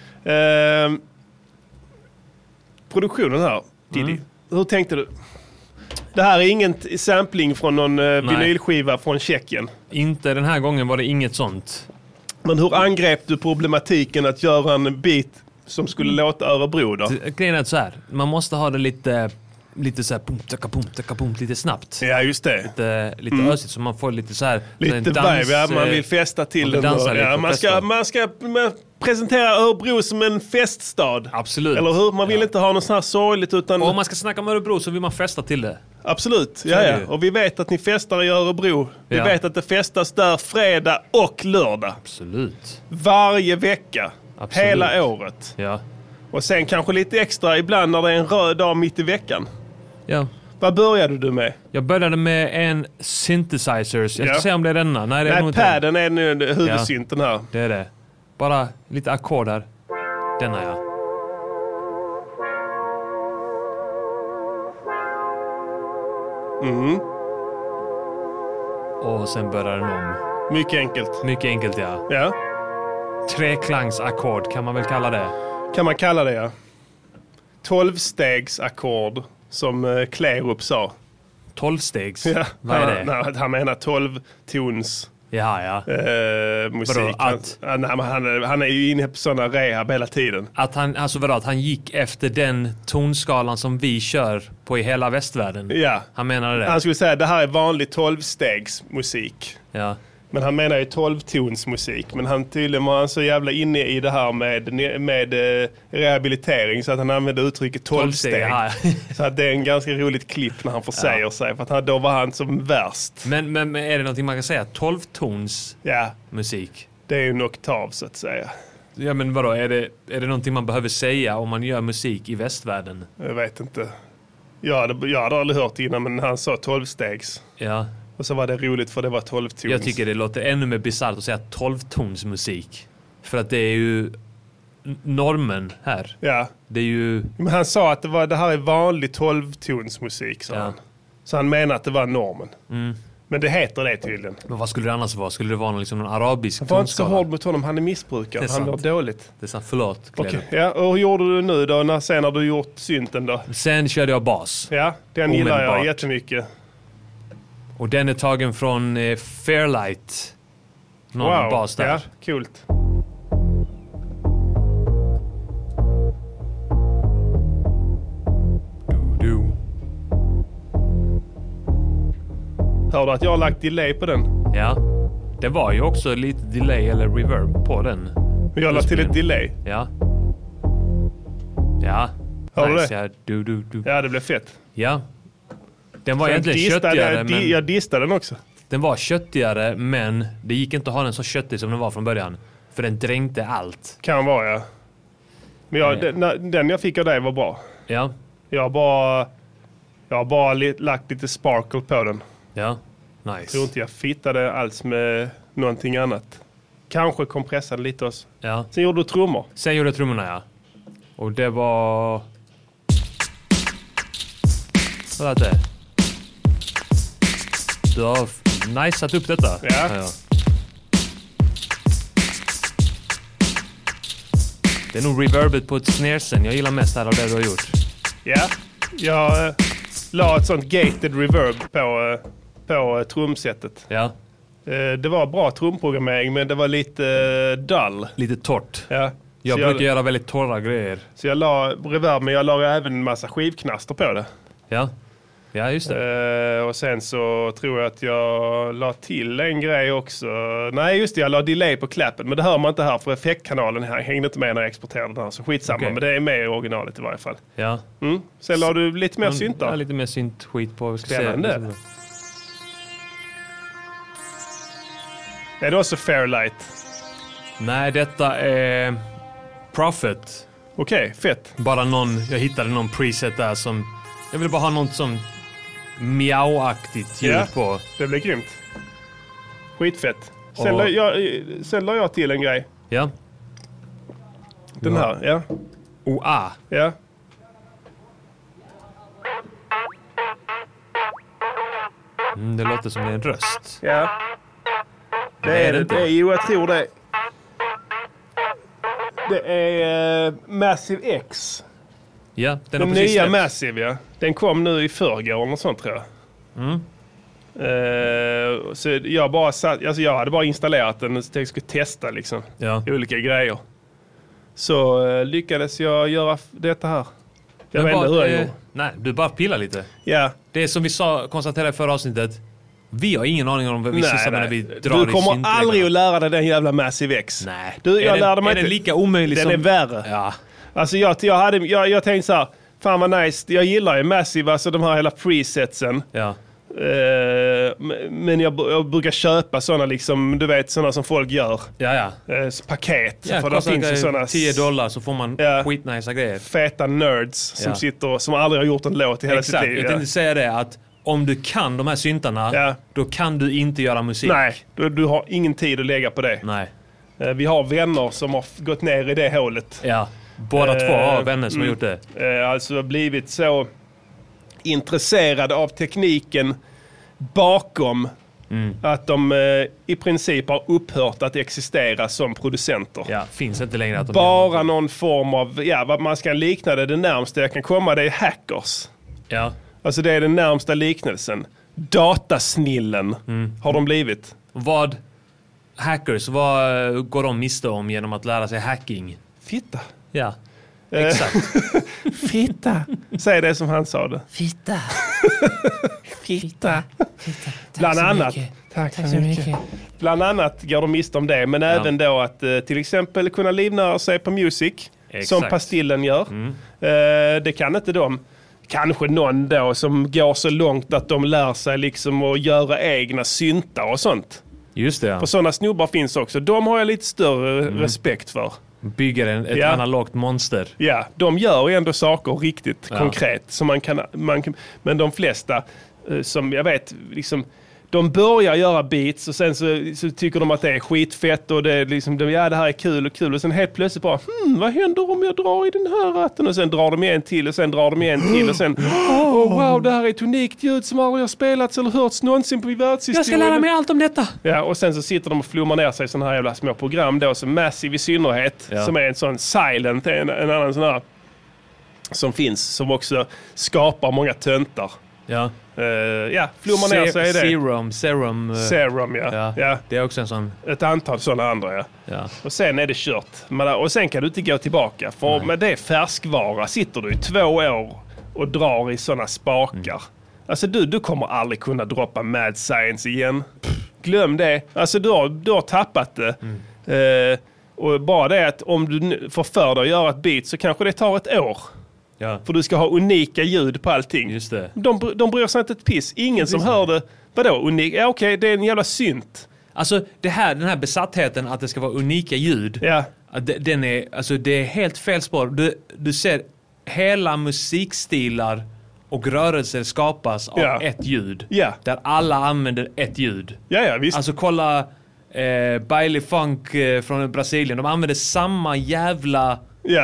Produktionen här, Diddy. Hur tänkte du? Det här är ingen sampling från någon vinylskiva från Tjeckien. Inte den här gången var det inget sånt. Men hur angrep du problematiken att göra en beat som skulle låta Örebro då? Grejen är så här, man måste ha det lite så här pum, lite snabbt. Ja, just det. Lite ösigt så man får lite så här lite vibe, ja, man vill festa till den. Man ska presentera Örebro som en feststad. Absolut. Eller hur? Man vill inte ha något så här sorgligt utan... Och om man ska snacka om Örebro så vill man festa till det. Absolut, ja. Och vi vet att ni festar i Örebro. Vi vet att det festas där fredag och lördag. Absolut. Varje vecka. Absolut. Hela året. Ja. Och sen kanske lite extra ibland när det är en röd dag mitt i veckan. Ja. Vad började du med? Jag började med en synthesizers. Jag ska se om det är denna. Nej, padden är nu huvudsynten här. Det är det. Bara lite ackord där. Denna, ja. Och sen börjar den om. Mycket enkelt. Mycket enkelt, ja. Ja. Treklangs-ackord kan man väl kalla det. Kan man kalla det, ja. 12-stegsackord som Klerup sa. 12-stegs? Ja. Vad är det? Han menar 12-tons musik. Vadå, att... Han är ju inne på sådana rehab hela tiden. Att han gick efter den tonskalan som vi kör på i hela västvärlden. Ja. Han menade det. Han skulle säga att det här är vanlig 12-stegsmusik. Ja. Men han menar ju 12-tonsmusik. Men tydligen var han så jävla inne i det här med rehabilitering så att han använde uttrycket 12-steg. Så att det är en ganska roligt klipp när han försäger sig. För att då var han som värst. Men är det någonting man kan säga? 12-tons musik? Det är ju en oktav så att säga. Ja, men vadå? Är det någonting man behöver säga om man gör musik i västvärlden? Jag vet inte. Jag hade aldrig hört innan, men han sa 12-stegs. Ja. Och så var det roligt för det var 12-tons. Jag tycker det låter ännu mer bisarrt att säga 12-tons musik. För att det är ju normen här. Ja. Det är ju... Men han sa att det här är vanlig 12-tons musik, sa han. Så han menar att det var normen. Men det heter det tydligen. Men vad skulle det annars vara? Skulle det vara någon arabisk tonskala? Var inte så hård mot honom, han är missbrukare. Han mår dåligt. Det är sant, förlåt. Okay. Ja, och hur gjorde du nu då, när du gjort synten då? Sen körde jag bas. Ja, den gillar jag jättemycket. Och den är tagen från Fairlight. Någon bas där. Ja, coolt. Hör du att jag har lagt delay på den? Ja. Det var ju också lite delay eller reverb på den. Men jag har lagt till ett delay? Ja. Ja. Hör nice, du det? Ja, Ja, det blev fett. Ja. Den var egentligen köttigare. Men jag distade den också. Den var köttigare, men det gick inte att ha den så köttig som den var från början. För den dränkte allt. Kan vara, ja. Men den jag fick av dig var bra. Ja. Jag har bara lagt lite sparkle på den. Ja, nice. Jag tror inte jag fittade alls med någonting annat. Kanske kompressade lite också. Ja. Sen gjorde du trummor. Sen gjorde jag trummorna, ja. Och det var... Vad är det? Du har niceat upp detta. Ja. Det är nog reverbet på ett snaresen jag gillar mest här av det du har gjort. Ja, jag la ett sånt gated reverb på trumsetet. Ja. Det var bra trumprogrammering, men det var lite dull. Lite torrt. Ja. Jag brukar göra väldigt torra grejer. Så jag la reverb, men jag la även en massa skivknaster på det. Ja. Ja, just det. Och sen så tror jag att jag la till en grej också. Nej, just det, jag la delay på klappen. Men det hör man inte här, för effektkanalen här hängde inte med när jag exporterade den här. Så skitsamma, men det är med i originalet i varje fall. Ja. Sen la du lite mer syntar. Ja, lite mer synt-skit på. Spännande. Är det också Fairlight? Nej, detta är Prophet. Okej, fett. Bara jag hittade någon preset där som... Jag vill bara ha något som miau-aktigt ljud på. Det blir grymt. Skitfett. Sen la jag till en grej. Ja. Den här, ja. OA. Ja. Det låter som en röst. Ja. Det är det. Jo, jag tror det. Det är Massive X. Ja, den nya Massive, ja. Den kom nu i förrgår och något sånt, tror jag. Så jag hade bara installerat den och jag skulle testa liksom olika grejer. Så lyckades jag göra detta här. Jag vet inte hur jag gjorde. Nej, du bara pillar lite. Ja. Det är som vi konstaterade i förra avsnittet. Vi har ingen aning om vad vi sysslar med när vi drar i Du kommer aldrig att lära dig den jävla Massive X. Nej. Är den lika omöjlig som... Den är värre. Ja. Alltså jag tänkte så här, fan vad nice. Jag gillar ju Massive, alltså de här hela presetsen. Ja. Men jag brukar köpa sådana liksom, du vet, sådana som folk gör. Ja. Paket. Ja, för det finns ju sådana $10 så får man skitnice grejer. Feta nerds som sitter som aldrig har gjort en låt i hela sitt liv. Jag tänkte säga det att om du kan de här syntarna, då kan du inte göra musik. Nej, du har ingen tid att lägga på det. Nej. Vi har vänner som har gått ner i det hålet. Ja, båda två har vänner som har gjort det. Alltså blivit så intresserade av tekniken bakom att de i princip har upphört att existera som producenter. Ja, finns inte längre att de bara någon form av, vad man ska likna det närmaste jag kan komma, det är hackers. Ja. Alltså det är den närmsta liknelsen. Datasnillen har de blivit. hackers, vad går de miste om genom att lära sig hacking? Fitta. Ja, exakt. Fitta. Säg det som han sa det. Fitta. Fitta. Bland annat. Tack så mycket. Bland annat går de miste om det. Men även då att till exempel kunna livnära sig på music. Exakt. Som Pastillen gör. Det kan inte de. Kanske någon då som går så långt att de lär sig liksom att göra egna syntar och sånt. Just det, ja. För sådana snubbar finns också. De har jag lite större respekt för. Bygger ett analogt monster. Ja, de gör ju ändå saker riktigt konkret. Så man kan, men de flesta som jag vet, liksom, de börjar göra beats och sen så tycker de att det är skitfett och det är liksom, det här är kul och sen helt plötsligt bara, vad händer om jag drar i den här ratten? Och sen drar de en till och sen drar de en till och sen, wow, det här är ett unikt ljud som aldrig har spelats eller hörts någonsin på världshistorien. Jag ska lära mig allt om detta. Ja, och sen så sitter de och flummar ner sig i sådana här jävla små program då, som Massive i synnerhet, som är en sån Silent, en annan sån här som finns, som också skapar många töntar. Ja. Flummar ner sig i det. Serum, ja. Det är också en sån. Ett antal sådana andra, ja. Och sen är det kört. Och sen kan du inte gå tillbaka. För med det färskvara sitter du i 2 år och drar i sådana spakar. Alltså du kommer aldrig kunna droppa Mad Science igen. Glöm det. Alltså du har tappat det. Och bara det att om du får för dig att göra ett beat så kanske det tar 1 år. Ja. För du ska ha unika ljud på allting. Just det. De bryr sig inte ett piss. Ingen som hör det. Vadå unik? Ja, okej, det är en jävla synt. Alltså den här besattheten att det ska vara unika ljud. Ja. Den är, alltså det är helt fel spår. Du ser hela musikstilar och rörelser skapas av ett ljud. Ja. Där alla använder ett ljud. Ja, visst. Alltså kolla Bailey Funk från Brasilien. De använder samma jävla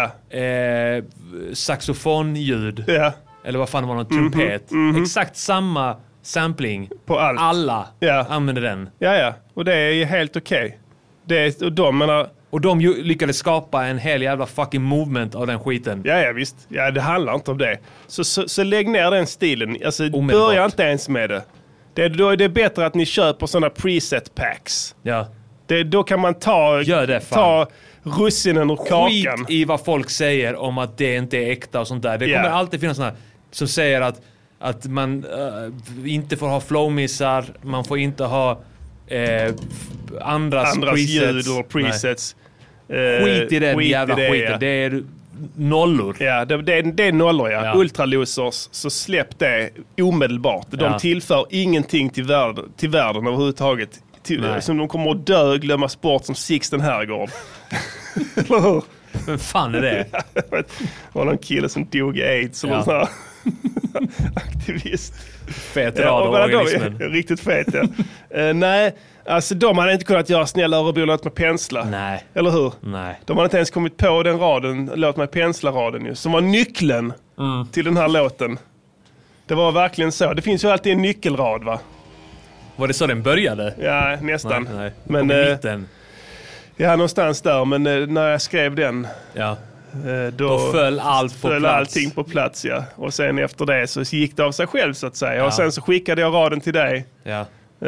saxofonljud. Ja. Eller vad fan var någon trumpet. Exakt samma sampling. På allt. Alla använder den. Ja. Och det är helt okej. Och de lyckades skapa en hel jävla fucking movement av den skiten. Ja, visst. Ja, det handlar inte om det. Så lägg ner den stilen. Alltså, börja inte ens med det. Då är det bättre att ni köper sådana preset packs. Ja. Då kan man ta russinen ur kakan. Skit i vad folk säger om att det inte är äkta och sånt där. Det kommer alltid finnas sådana som säger att man inte får ha flowmissar, man får inte ha andras ljud och presets. Skit i den jävla skiten. Det är nollor. Ja, det är nollor, ja. Ultralosers, så släpp det omedelbart. De tillför ingenting till världen överhuvudtaget. Som de kommer att dö och glömmas bort som Sixten Herrgård. Eller hur? Vem fan är det? Det var någon kille som dog i AIDS som en sån här aktivist. Fet rad av organismen. Riktigt fet, ja. Nej, alltså de hade inte kunnat göra Snälla Örebro, låt mig pensla. Nej. Eller hur? Nej. De hade inte ens kommit på den raden, låt mig pensla-raden ju, som var nyckeln till den här låten. Det var verkligen så. Det finns ju alltid en nyckelrad, va? Var det så den började? Ja, nästan. Nej. Men mitten. Ja, någonstans där. Men när jag skrev den, då föll allt på plats. Allting på plats, ja. Och sen efter det så gick det av sig själv, så att säga. Ja. Och sen så skickade jag raden till dig. Ja.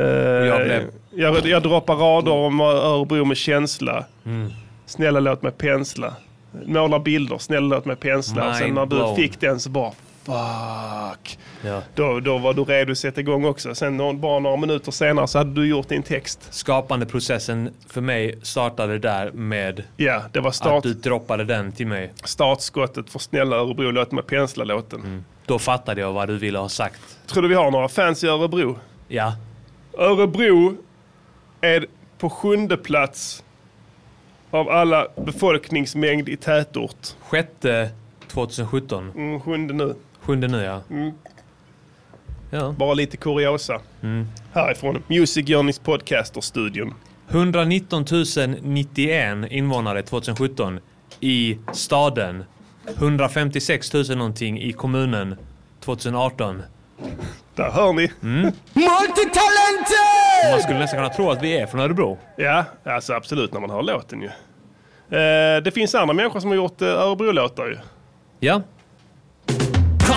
Jag droppar rader om Örebro med känsla. Snälla låt mig pensla. Måla bilder, snälla låt mig pensla. Och sen när du fick den så bara fuck. Ja. Då var du redo att sätta igång också. Sen bara några minuter senare så hade du gjort din text. Skapandeprocessen för mig startade där med det var att du droppade den till mig. Startskottet för Snälla Örebro, låt mig pensla-låten. Då fattade jag vad du ville ha sagt. Tror du vi har några fans i Örebro? Ja. Örebro är på 7:e plats av alla befolkningsmängd i tätort. 6:e 2017. 7:e nu. 7:e nu, ja. Ja. Bara lite kuriosa. Härifrån Music Journeys podcaster-studion. 119 091 invånare 2017 i staden. 156 000 någonting i kommunen 2018. Där hör ni. Multitalented! Man skulle nästan kunna tro att vi är från Örebro. Ja, alltså absolut när man hör låten ju. Det finns andra människor som har gjort Örebro-låtar ju. Ja.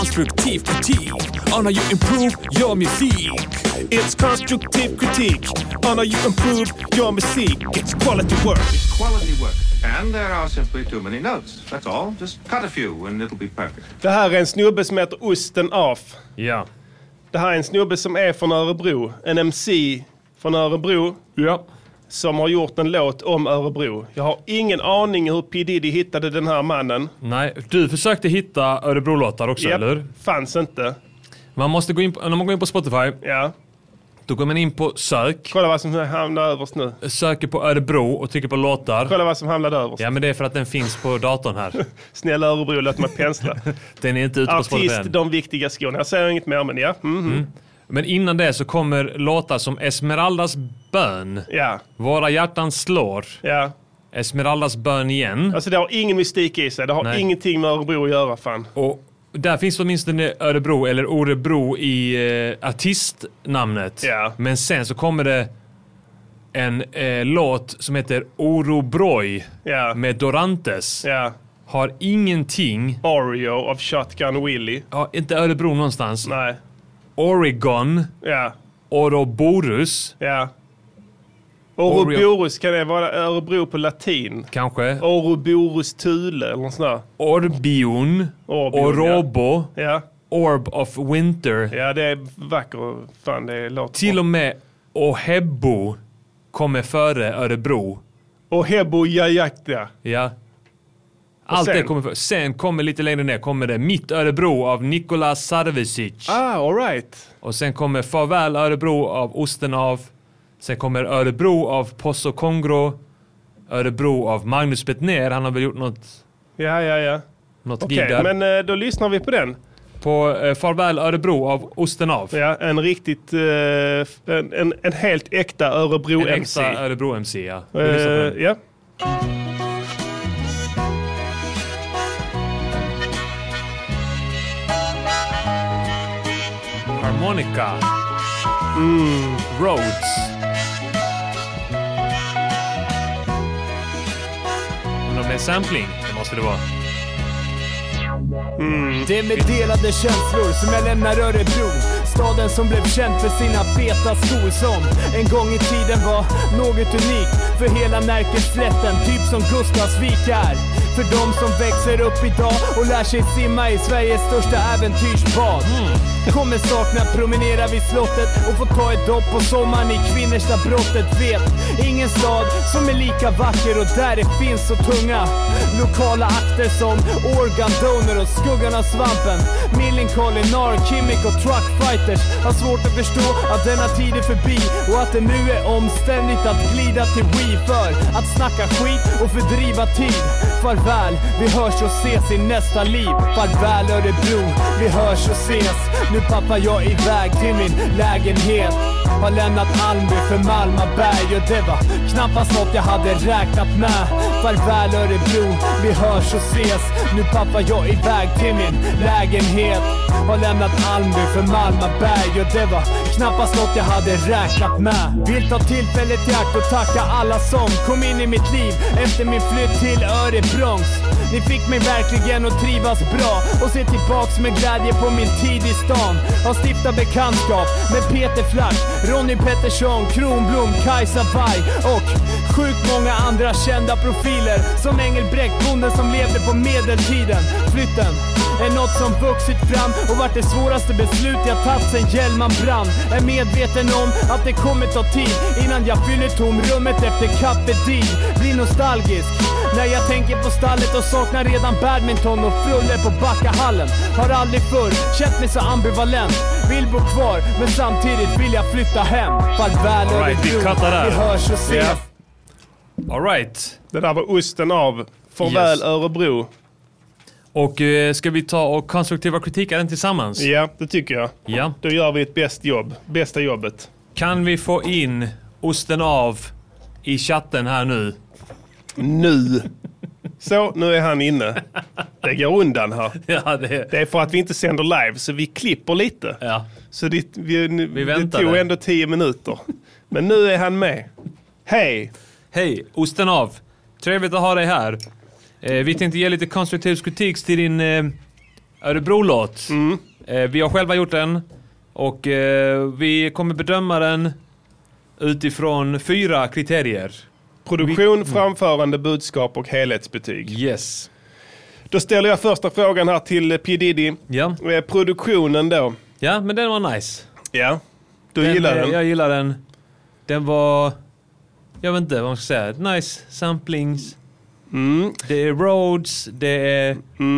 konstruktiv kritik on how you improve your music. It's constructive critique on how you improve your music. It's quality work. It's quality work. And there are simply too many notes. That's all. Just cut a few and it'll be perfect. Det här är en snubbe som heter Osten Af. Ja. Det här är en snubbe som är från Örebro. En MC från Örebro. Ja. Som har gjort en låt om Örebro. Jag har ingen aning hur P. Diddy hittade den här mannen. Nej, du försökte hitta Örebro-låtar också, eller? Fanns inte. Man måste gå in på, när man går in på Spotify, Ja. då går man in på sök. Kolla vad som hamnar överst nu. Söker på Örebro och trycker på låtar. Kolla vad som hamnade överst. Ja, men det är för att den finns på datorn här. Snälla Örebro, låt mig pensla. Den är inte ute på Spotify. Artist, de viktiga skorna. Jag säger inget mer, men ja. Men innan det så kommer låtar som Esmeraldas bön. Ja. Våra hjärtan slår. Ja. Esmeraldas bön igen. Alltså det har ingen mystik i sig. Det har ingenting med Örebro att göra, fan. Och där finns åtminstone Örebro eller Orebro i artistnamnet. Ja. Men sen så kommer det en låt som heter Orobroj med Dorantes. Ja. Har ingenting. Oreo av Shotgun Willie. Ja, inte Örebro någonstans. Nej. Oregon. Ja. Ouroboros. Ja. Ouroboros, kan det vara Örebro på latin? Kanske. Ouroboros Thule eller något sånt där. Orbion. Orobo. Ja. Orb of Winter. Ja, det är vackert. Fan, det låter till och med Ohebbo kommer före Örebro. Ohebbo Jajakta. Ja. Allt det kommer för. Sen kommer lite längre ner kommer det Mitt Örebro av Nikola Sarvesic. All right. Och sen kommer Farväl Örebro av Osten av. Sen kommer Örebro av Posso Kongro. Örebro av Magnus Bettner. Han har väl gjort något. Ja. Något gig där. Men då lyssnar vi på den. På Farväl Örebro av Osten av. Ja, en riktigt en helt äkta Örebro en MC. Äkta Örebro MC, ja. Ja. Harmonica. Rhodes. Undrar med sampling, det måste det vara. Det är med delade känslor som jag lämnar Örebro. Staden som blev känd för sina feta skor, som en gång i tiden var något unikt för hela Närkeslätten, typ som Gustavsvik är. För de som växer upp idag och lär sig simma i Sveriges största äventyrsbad. Kommer sakna promenera vid slottet och få ta ett dopp på sommaren i Kvinnersta brottet. Vet ingen stad som är lika vacker och där det finns så tunga lokala akter som Organ Donor och Skuggan av Svampen, Millencolin, Nar, Kimmick och Truck Fighters. Har svårt att förstå att denna tid är förbi och att det nu är omständigt att glida till Wii för att snacka skit och fördriva tid. Farväl, vi hörs och ses i nästa liv. Farväl Örebro, vi hörs och ses. Nu pappa jag iväg till min lägenhet. Har lämnat Almby för Malmaberg och det var knappast något jag hade räknat med. Farväl Örebro, vi hörs och ses. Nu pappa jag iväg till min lägenhet. Har lämnat Almby för Malmaberg och det var knappast något jag hade räknat med. Vill ta tillfället i akt och tacka alla som kom in i mitt liv efter min flytt till Örebronx. Ni fick mig verkligen att trivas bra och se tillbaks med glädje på min tid i stan. Har stiftat bekantskap med Peter Flack, Ronny Pettersson, Kronblom, Kajsa Vaj och sjukt många andra kända profiler som Engelbrekt, bonden som levde på medeltiden. Flytten är något som vuxit fram och varit det svåraste beslut jag tagit sen Hjälman brann. Är medveten om att det kommer ta tid innan jag fyller tomrummet efter Kappedin. Blir nostalgisk när jag tänker på stallet och saknar redan badminton och frulle på Backahallen. Har aldrig förr känt mig så ambivalent. Vill bo kvar men samtidigt vill jag flytta hem. Farväl Örebro, vi hörs och ses. All right. Det där var Osten av Farväl Örebro. Och ska vi ta och konstruktiva kritika den tillsammans? Ja, det tycker jag. Ja. Då gör vi ett bästa jobbet. Kan vi få in Osten av i chatten här nu? Nu. Så, nu är han inne. Det går undan här. Ja, det är för att vi inte sänder live, så vi klipper lite. Ja. Så det tog ändå 10 minuter. Men nu är han med. Hej! Hej, Osten av. Trevligt att ha dig här. Vi tänkte ge lite konstruktiv kritik till din Örebro-låt. Vi har själva gjort den. Och vi kommer bedöma den utifrån 4 kriterier. Produktion, framförande, budskap och helhetsbetyg. Yes. Då ställer jag första frågan här till P. Diddy. Ja. Produktionen då? Ja, men den var nice. Ja, du gillar den? Jag gillar den. Den var... Jag vet inte vad man ska säga. Nice samplings. Det är Rhodes. Det är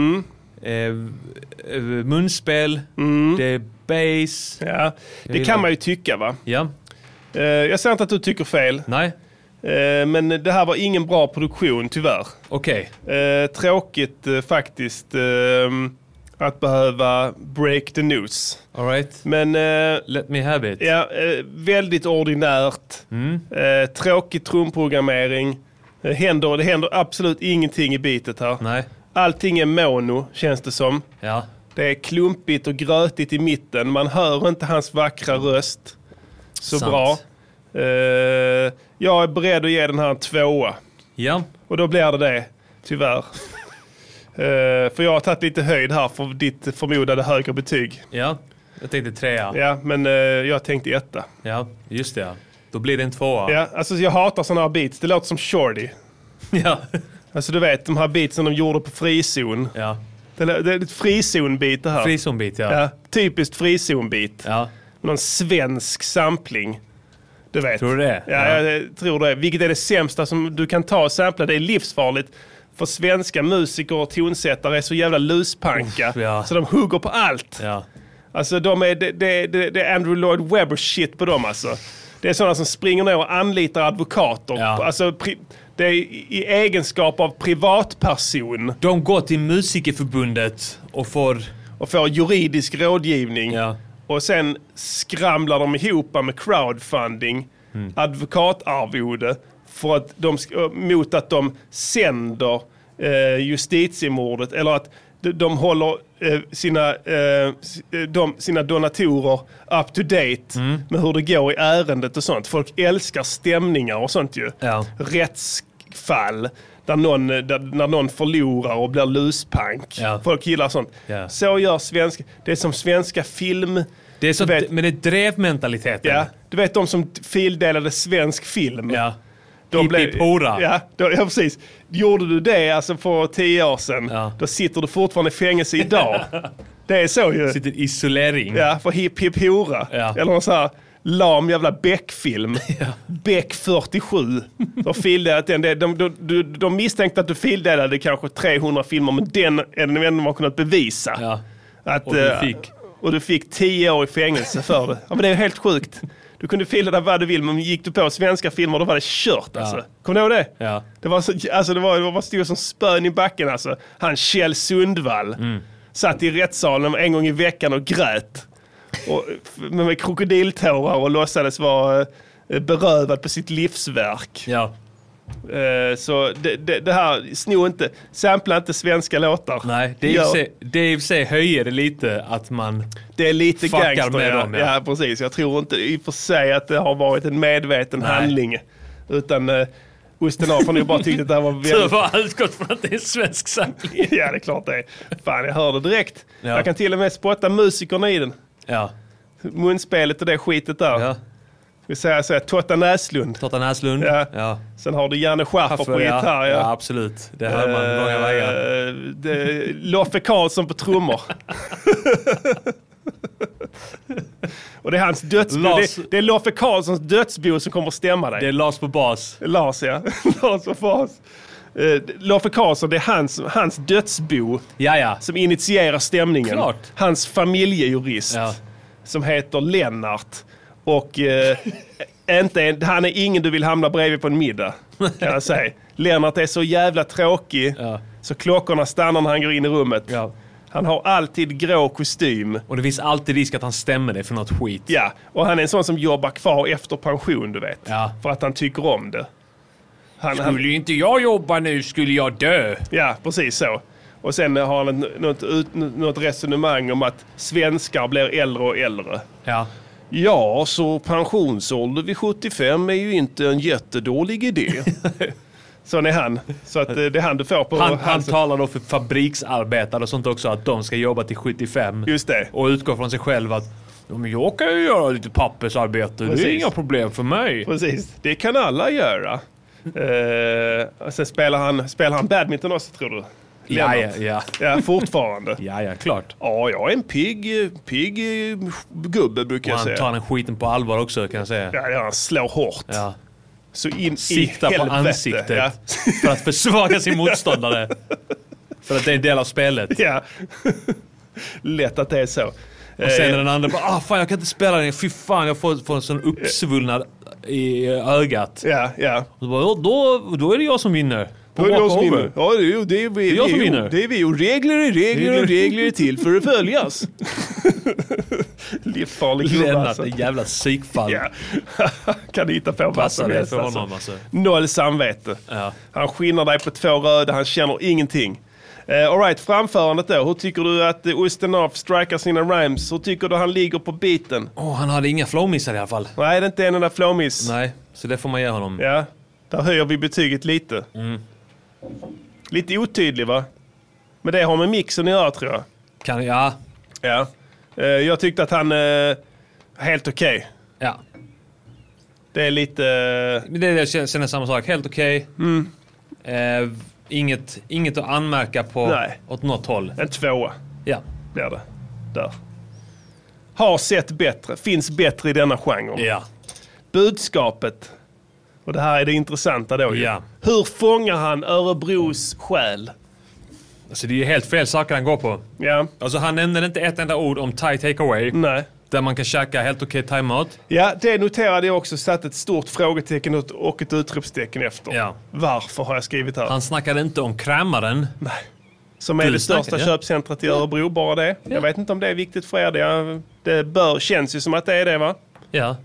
munspel. Det är bass. Ja, det kan man ju tycka, va? Ja. Jag säger inte att du tycker fel. Nej. Men det här var ingen bra produktion, tyvärr. Okej. Tråkigt faktiskt att behöva break the news. All right. Men let me have it. Ja, väldigt ordinärt. Tråkig trumprogrammering. Det händer absolut ingenting i beatet här. Nej. Allting är mono, känns det som. Ja. Det är klumpigt och grötigt i mitten. Man hör inte hans vackra röst så Sant. bra. Jag är beredd att ge den här en 2. Ja. Och då blir det, tyvärr. För jag har tagit lite höjd här för ditt förmodade högre betyg. Ja, jag tänkte 3. Ja, men jag tänkte 1. Ja, just det. Då blir det en 2. Ja, alltså jag hatar sådana här beats. Det låter som Shorty. Ja. Alltså du vet, de här beatsen de gjorde på frizon. Ja. Det är ett frizon-beat det här. Frizon-beat, ja. Ja, typiskt frizon-beat. Ja. Någon svensk sampling. Du vet. Tror du det? Ja, jag tror det. Vilket är det sämsta som du kan ta och sampla. Det är livsfarligt. För svenska musiker och tonsättare är så jävla luspanka. Ja. Så de hugger på allt. Ja. Alltså det är Andrew Lloyd Webber shit på dem alltså. Det är sådana som springer ner och anlitar advokater. Ja. Alltså det är i egenskap av privatperson. De går till Musikerförbundet och får juridisk rådgivning. Ja. Och sen skramlar de ihop med crowdfunding, advokatarvode, för att mot att de sänder justitiemordet, eller att de håller sina donatorer up to date med hur det går i ärendet och sånt. Folk älskar stämningar och sånt ju. Ja. Rättsfall när någon förlorar och blir luspank. Ja. Folk gillar sånt. Ja. Så gör svenska. Det är som svenska film. Det är så, men det är drevmentaliteten. Ja, du vet de som fildelade svensk film. Ja. De blev hora. Ja, precis. Gjorde du det alltså för 10 år sedan, då sitter du fortfarande i fängelse idag. Det är så ju. Sitter isolering. Ja, för hip hora. Ja. Eller någon sån här lam jävla Beck-film. Beck 47. De misstänkte att du fildelade kanske 300 filmer, men den är den enda man kunnat bevisa. Ja. Att, Och du fick 10 år i fängelse för det. Ja, men det är helt sjukt. Du kunde filma vad du vill, men gick du på svenska filmer då var det kört alltså. Kommer du ihåg det? Ja. Det var så, alltså det var stod som spön i backen alltså. Han Kjell Sundvall satt i rättssalen en gång i veckan och grät. Och, med krokodiltårar och låtsades vara berövad på sitt livsverk. Ja. Så det här, sno inte, sampla inte svenska låtar. Nej, det är i och för sig höjer det lite att man det är lite fuckar gangster med ja. dem. Ja, precis. Jag tror inte i och för sig att det har varit en medveten handling. Utan Ostenaf har nog bara tyckt att det här var väldigt... Så var allt gott för att det är svensk sampling. Ja, det är klart det är. Fan, jag hörde direkt. Ja. Jag kan till och med spotta musikerna i den. Ja. Munspelet och det skitet där. Ja. Vi säger så här, Totta Näslund. Totta Näslund. Ja. Ja. Sen har du Janne Schaffer på gitarr. Ja, absolut. Det hör man långa vägar. Loffe Karlsson på trummor. Och det är hans dödsbo. Det är Loffe Karlssons dödsbo som kommer att stämma dig. Det är Lars på bas. Lars, ja. Lars på bas. Loffe Karlsson, det är hans dödsbo som initierar stämningen. Klart. Hans familjejurist som heter Lennart. Och han är ingen du vill hamna bredvid på en middag, kan jag säga. Lennart är så jävla tråkig så klockorna stannar när han går in i rummet. Ja. Han har alltid grå kostym. Och det finns alltid risk att han stämmer dig för något skit. Ja, och han är en sån som jobbar kvar efter pension, du vet. Ja. För att han tycker om det. Skulle inte jag jobba nu skulle jag dö. Ja, precis så. Och sen har han något resonemang om att svenskar blir äldre och äldre. Ja. Ja, så pensionsålder vid 75 är ju inte en jättedålig idé. Sån är han. Så att det är han du får på Han talar då för fabriksarbetare och sånt också, att de ska jobba till 75. Just det. Och utgå från sig själv att men jag kan ju göra lite pappersarbete. Precis. Det är inga problem för mig. Precis, det kan alla göra. Och sen spelar han badminton också, tror du? Ja, fortfarande. Ja, klart. Ja, jag är en pigg gubbe, brukar jag säga. Och han tar den skiten på allvar också, kan jag säga. Ja, han slår hårt. Ja. Så in Sikta i på helvete. ansiktet Ja. för att försvaga sin motståndare. För att det är en del av spelet. Ja, lätt att det är så. Och sen är den andra bara, fan jag kan inte spela den. Fy fan, jag får en sån uppsvullnad i ögat. Ja. Och så bara, då är det jag som vinner. Då är det jag som vinner. Ja, det är jag som vinner. Det är vi. Och regler är till för att följas. Livsfarlig gubbe alltså. Det jävla psykfall. Ja. Kan du hitta på vad som helst för honom alltså. Noll samvete. Ja. Han skinnar dig på 2 röda, han känner ingenting. All right, framförandet då. Hur tycker du att Ustenov strikar sina rhymes? Hur tycker du han ligger på biten? Han hade inga flowmissar i alla fall. Nej, det är inte en enda flowmiss. Nej, så det får man ge honom. Ja, där höjer vi betyget lite. Lite otydlig, va? Men det har med mixen att göra, tror jag. Ja. Jag tyckte att han helt okej. Ja. Det är lite... Det är sen samma sak. Helt okej. Inget att anmärka på. Nej. Åt något håll. En 2. Ja. Det är det. Där. Har sett bättre. Finns bättre i denna genre. Ja. Budskapet. Och det här är det intressanta då. Ja. Hur fångar han Örebros själ? Alltså det är ju helt fel saker han går på. Ja. Alltså han nämner inte ett enda ord om Thai takeaway. Nej. Där man kan käka helt okej thai-mat. Ja, det noterade jag också. Satt ett stort frågetecken och ett utropstecken efter. Ja. Varför har jag skrivit här? Han snackade inte om krämaren. Nej. Som är det största köpcentret i Örebro, bara det. Ja. Jag vet inte om det är viktigt för er. Det känns ju som att det är det, va? Ja.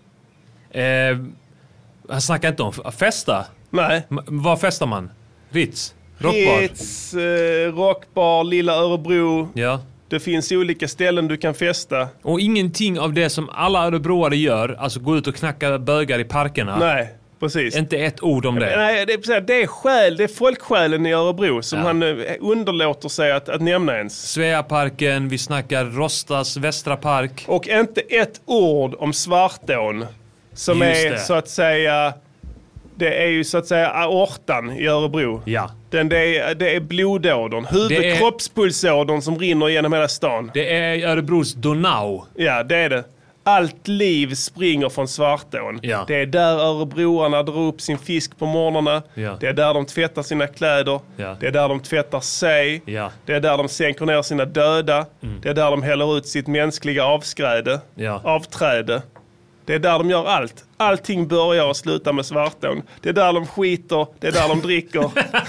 Han snackade inte om festa. Nej. Var festar man? Ritz? Rockbar? Ritz, Rockbar, Lilla Örebro. Ja. Det finns olika ställen du kan festa. Och ingenting av det som alla örebroare gör, alltså gå ut och knacka bögar i parkerna. Nej, precis. Inte ett ord om det. Nej, det är folksjälen i Örebro som han underlåter sig att nämna ens. Sveaparken, vi snackar Rostas Västra park. Och inte ett ord om Svartån. Som Just är det. så att säga... Det är ju så att säga aortan i Örebro. Ja. Det är blodådern. Kroppspulsådern som rinner genom hela stan. Det är Örebros Donau. Ja, det är det. Allt liv springer från Svartån. Ja. Det är där örebroarna drar upp sin fisk på morgnarna. Ja. Det är där de tvättar sina kläder. Ja. Det är där de tvättar sig. Ja. Det är där de sänker ner sina döda. Det är där de häller ut sitt mänskliga avträde. Det är där de gör allt. Allting börjar och slutar med Svartån. Det är där de skiter, det är där de dricker.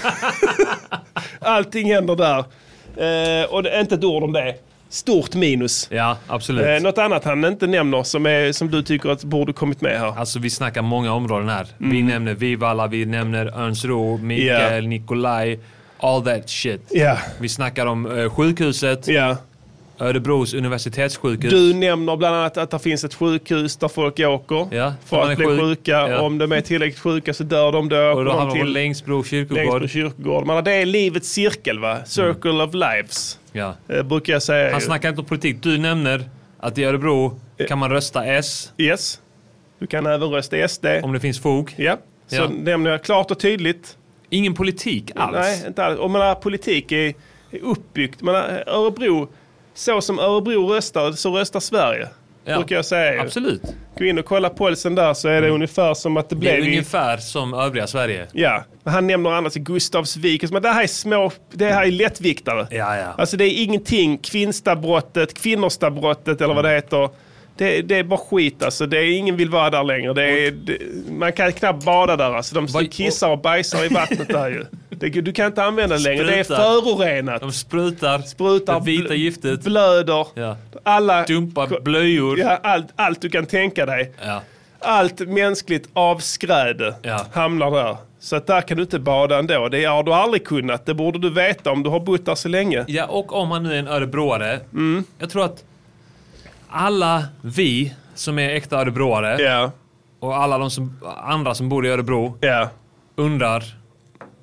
Allting händer där. Och det är inte ett ord om det. Stort minus. Ja, absolut. Något annat han inte nämner som du tycker att borde kommit med här? Alltså vi snackar många områden här. Vi nämner Vivalla, vi nämner Örnsro, Mikael, Nikolaj, all that shit. Yeah. Vi snackar om sjukhuset. Ja. Örebros universitetssjukhus. Du nämner bland annat att det finns ett sjukhus där folk åker för att bli sjuka. Ja. Om de är tillräckligt sjuka så dör de. Och då hamnar de Längsbro kyrkogård. Men det är livets cirkel, va? Circle of lives. Ja. Brukar jag säga. Han snackar inte om politik. Du nämner att i Örebro kan man rösta S. Yes. Du kan även rösta SD. Om det finns fog. Ja. Så nämner jag klart och tydligt. Ingen politik alls. Nej, inte alls. Och politik är uppbyggt. Örebro... Så som Örebro röstar, så röstar Sverige. Brukar jag säga. Absolut. Gå in och kolla polsen där så är det ungefär som att det blev... Det är ungefär som övriga Sverige. Ja. Han nämner annars i Gustavsvik. Men det här är lättviktare. Ja. Alltså det är ingenting. Kvinnostabrottet eller vad det heter. Det är bara skit alltså. Ingen vill vara där längre. Man kan knappt bada där alltså. De kissar och bajsar i vattnet där ju. Du kan inte använda det längre. Det är förorenat. De sprutar vita giftet. Blöder. Ja. Alla dumpar blöjor. Ja, allt du kan tänka dig. Ja. Allt mänskligt avskräde hamnar där. Så att där kan du inte bada ändå. Det har du aldrig kunnat. Det borde du veta om du har bott där så länge. Ja, och om man nu är en örebroare. Jag tror att alla vi som är äkta örebroare och alla de andra som bor i Örebro undrar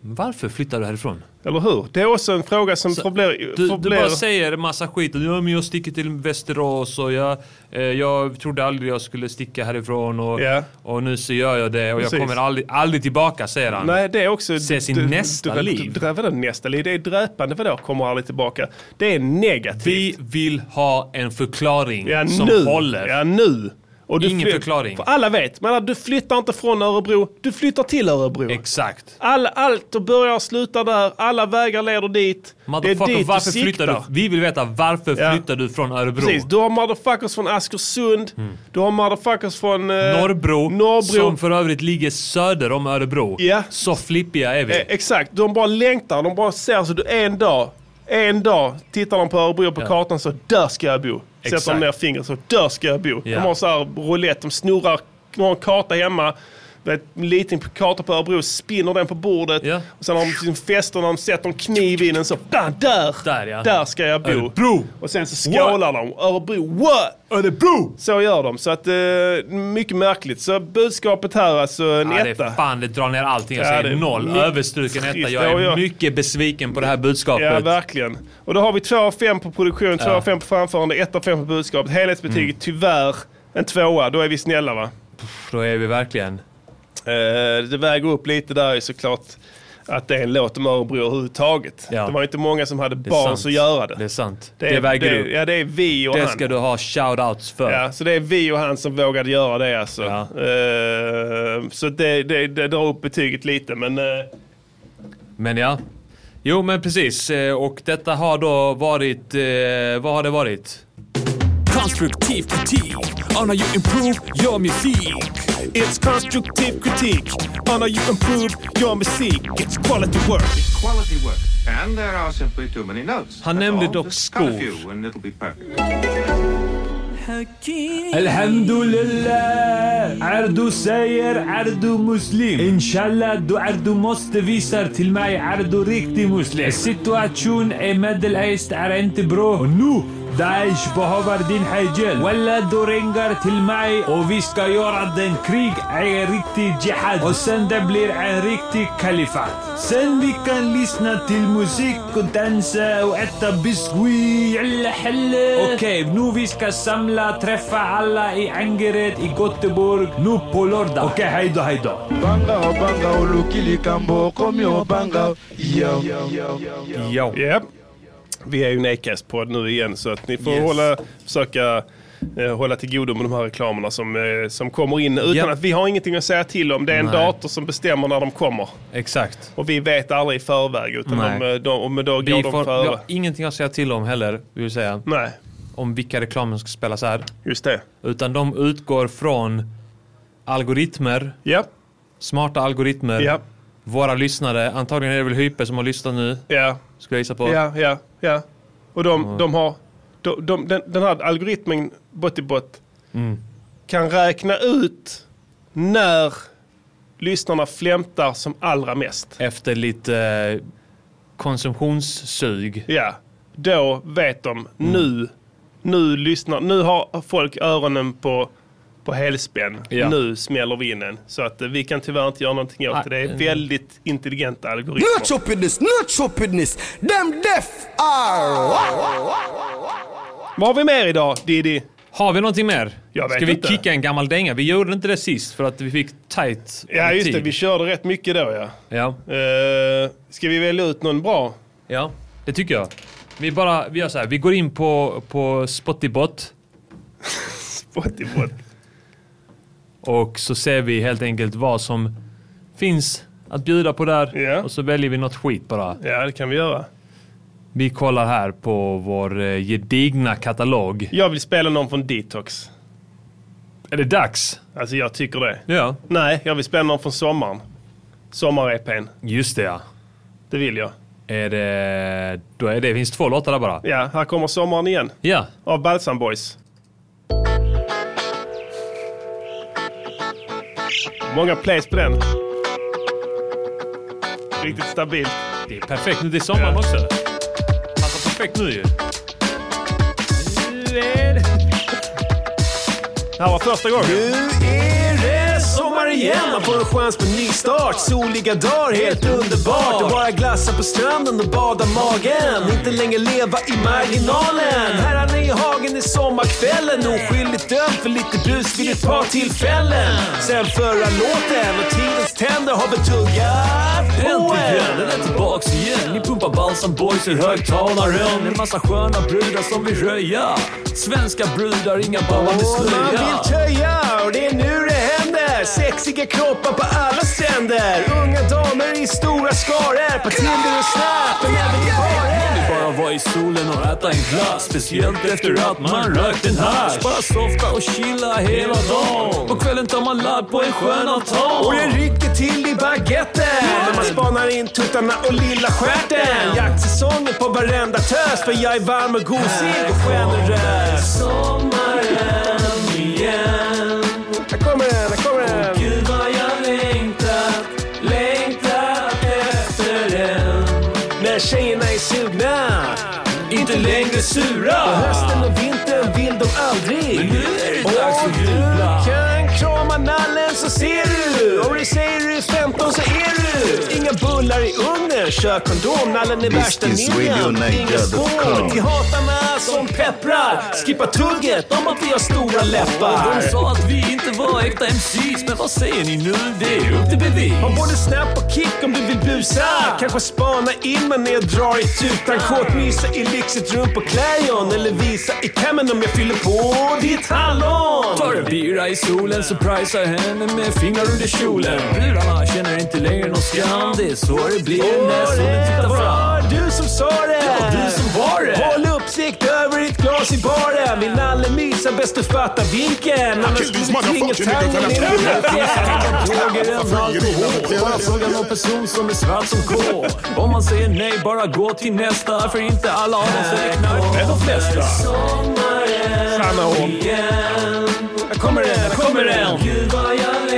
Varför flyttar du härifrån? Eller hur? Det är också en fråga som Du bara säger massa skit. Ja, men jag sticker till Västerås och jag trodde aldrig jag skulle sticka härifrån och nu så gör jag det och jag kommer aldrig tillbaka, säger han. Nej, det är också... Se sin nästa liv. Nästa liv. Det är dräpande, vadå? Kommer aldrig tillbaka. Det är negativt. Vi vill ha en förklaring som håller. Ja, nu. Och ingen förklaring. För alla vet, men du flyttar inte från Örebro, du flyttar till Örebro. Exakt. Allt och börjar och slutar där, alla vägar leder dit. Det är dit varför flyttar du? Vi vill veta varför flyttar du från Örebro? Precis, du har motherfuckers från Askersund, du har motherfuckers från Norrbro, som för övrigt ligger söder om Örebro. Ja. Så flippiga är vi. Exakt, de bara längtar, de bara ser så du en dag tittar de på Örebro på kartan så där ska jag bo. Sätter de ner fingret så där ska jag bo. De har så här roulette, de snurrar, de har en karta hemma. En liten karta på Örebro, spinner den på bordet. Och sen har de sin fest och de sätter en kniv in den så där ska jag bo. Örebro. Och sen så skålar de. Örebro, what? Örebro! Så gör de. Så att mycket märkligt. Så budskapet här alltså en etta. Det drar ner allting. Jag säger 0. Överstruken etta. Jag är mycket besviken på det här budskapet. Ja, verkligen. Och då har vi 2 av 5 på produktion, 2 av 5 på framförande, 1 av 5 på budskapet. Helhetsbetyget tyvärr en 2. Då är vi snälla, va? Då är vi verkligen. Det väger upp lite där såklart att det är en låt om Örebro överhuvudtaget. Det var inte många som hade barn att göra det. Det är sant. Det väger upp. Ja, det är vi och det han. Det ska du ha shoutouts för. Ja, så det är vi och han som vågade göra det alltså. Ja. Så det drar upp betyget lite, men... Men ja. Jo, men precis. Och detta har då varit... vad har det varit? Konstruktiv kritik on how you improve your music. It's constructive critique on how you improve your music. It's quality work. It's quality work. And there are simply too many notes. Han nämnde dock skor. And it'll be perfect. Alhamdulillah. Ardu säger Ardu muslim. Inshallah du Ardu måste visa till mig Ardu riktig muslim. Situation är medelöst är inte bra. Och nu Daesh behöver din hijel. Walla du ringar till mig och vi ska göra den krig. En riktig jihad. Och sen det blir en riktig kalifat. Sen vi kan lyssna till musik och dansa och äta biscuit. Okej, nu vi ska samla, träffa alla i Angered i Göteborg nu på lördag. Okej, hejdå. Banga och banga och lukili kambo kom och banga. Jo. Yep. Vi är ju Nakast-podd nu igen så att ni får försöka hålla till godo med de här reklamerna som kommer in utan att vi har ingenting att säga till om. Det är en dator som bestämmer när de kommer. Exakt. Och vi vet aldrig i förväg utan då går de före. Vi har ingenting att säga till om heller, vill säga. Nej. Om vilka reklamer ska spelas här. Just det. Utan de utgår från algoritmer. Ja. Smarta algoritmer. Ja. Våra lyssnare. Antagligen är det väl Hype som har lyssnat nu. Ja. Ska jag gissa på. Ja. Och de har... Den här algoritmen Bottibot kan räkna ut när lyssnarna flämtar som allra mest. Efter lite konsumtionssug. Ja. Då vet de nu har folk öronen på helspänn. Ja. Nu smäller vi in en. Så att vi kan tyvärr inte göra någonting åt det. Det är väldigt intelligenta algoritmer. Not stupidness. Them deaf are. Vad har vi mer idag, Didi? Har vi någonting mer? Ska vi kicka en gammal dänga? Vi gjorde inte det sist för att vi fick tight Ja, just tid. det. Vi körde rätt mycket då, ja. Ska vi välja ut någon bra? Ja, det tycker jag. Vi gör så här. Vi går in på Spotibot. Spotibot. Och så ser vi helt enkelt vad som finns att bjuda på där. Ja. Och så väljer vi något skit bara. Ja, det kan vi göra. Vi kollar här på vår gedigna katalog. Jag vill spela någon från Detox. Är det dags? Alltså jag tycker det. Ja. Nej, jag vill spela någon från sommaren. Sommar-EP:n. Just det, ja. Det vill jag. Det finns 2 låtar där bara. Ja, här kommer sommaren igen. Ja. Av Balsam Boys. Många plays på den. Riktigt stabilt. Det är perfekt nu, det är sommaren också. Passar perfekt nu ju. Det här var första gången. Nu är det sommar igen. Man får en chans på ny start. Soliga dagar, helt underbart. Och bara glassa på stranden och bada magen. Inte längre leva i marginalen. Här är ni i hagen i sommarkvällen. Oskyldigt dömd för lite brus vid ett par tillfällen. Sen förra låten och tidens tänder har betuggat på en. Den är tillbaks igen. Ni pumpar Balsam Boys i högtalaren. En massa sköna brudar som vill röja. Svenska brudar, inga babande slöja. Man vill töja och det är nu det händer. Sexiga kroppar på alla stränder. Unga damer i stora skaror. På Tinder och Snap och även i barer. Vi bara vara i solen och äta en glass. Speciellt efter att man rökt en hash. Bara softa och chilla hela dagen. På kvällen tar man ladd på en skön altan. Och det rycker till i baguetten. När man spanar in tuttarna och lilla stjärten. Jaktsäsongen på varenda tös. För jag är varm och gosig och generös. Sommaren igen. Här kommer den, här kommer den. Gud vad jag längtat efter den. När tjejerna är sugna, inte längre sura. Och hösten och vintern vill de aldrig. Men nu är det dags att jubla. Du kan krama nallen så ser du. Och det säger du 15 så är du. Inga bullar i ugnen, kör kondom. Nallen är värsta ninjan. Inga spår till hatarna som pepprar. Skippa tugget om att vi har stora läppar. De sa att vi inte var äkta MCs. Men vad säger ni nu? Det är upp till bevis. Har både snap och kick om du vill busa. Kanske spana in man ner, drar i tutan. Kåtmysa i lyxigt rum på Clarion. Eller visa i kammen om jag fyller på ditt hallon. Tar en bira i solen, surprisar henne med fingrar under kjolen. Brudarna känner inte längre någon skam. Det är så det blir när solen tittar fram. Du som sa det. Ja, du som var det. Håll uppsikt över ditt glas i baren. Vill Nalle mysa, bäst du fattar vinkeln. Annars skulle du tvinga tangen in. Det finns inga droger än alkohol. Bara fråga någon person som är svart som kol. Om man säger nej, bara gå till nästa. För inte alla av oss är knark med de flesta. Samma år. Här kommer den, här kommer den. Gud vad jag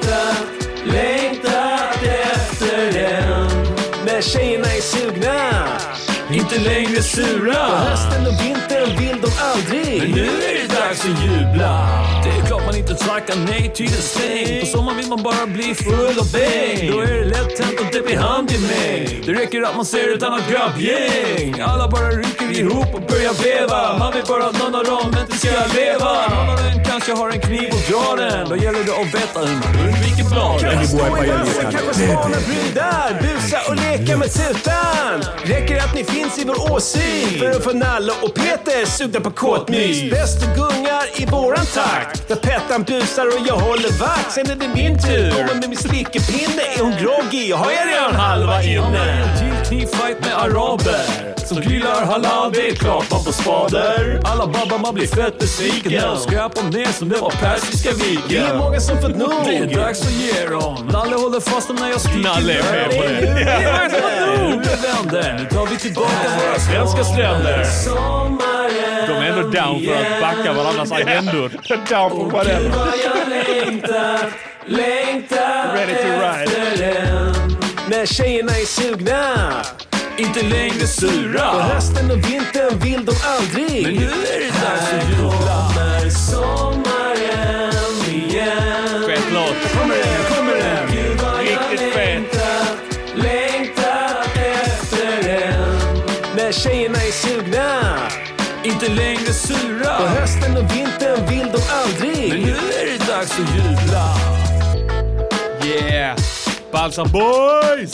längtat efter den. När tjejerna är sugna, inte längre sura. På hösten och vintern vill de aldrig. Men nu är det dags att jubla. Det är klart man inte tackar nej till det stäng. På sommar vill man bara bli full och bäng. Då är det lätt hänt att det blir hand i mig. Det räcker att man ser ett annat grabbgäng. Alla bara rycker ihop och börjar veva. Man vill bara att någon av dem inte ska leva. Någon av dem kanske har en kniv och drar den. Då gäller det att veta hur man undviker bladen. Kanske stå i vassen, kanske spana brudar. Busa och leka med tutan. Räcker att ni finns i vår åsyn. För att få Nalle och Peter sugna på kåtmys. Bäst och gungar i våran takt. Där Pettan busar och jag håller vakt. Sen är det min tur. Kommer med min slickepinne. Är hon groggy? Har jag redan halva inne? Till knivfight med araber som grillar halal, det är klart man får spader. Alla babbar man blir fett besviken. Skräp om ner som det var persiska viken. Det är många som fått nog. Det är dags att ge dem. Nalle håller fast dem när jag skriker. Nalle är med på det. Det är dags att nog. Nu tar vi tillbaka våra svenska stränder. De är ändå down för att backa varandras agendor. Down for whatever. Längtar Ready to ride. När tjejerna är sugna, inte längre sura. På hösten och vintern vill de aldrig. Men nu är det dags att jubla. När sommaren igen. Fett låt. Kommer den. Riktigt fett. Längtat efter den. När tjejerna är sugna, inte längre sura. På hösten och vintern vill de aldrig. Men nu är det dags att jubla. Yeah. Balsam Boys!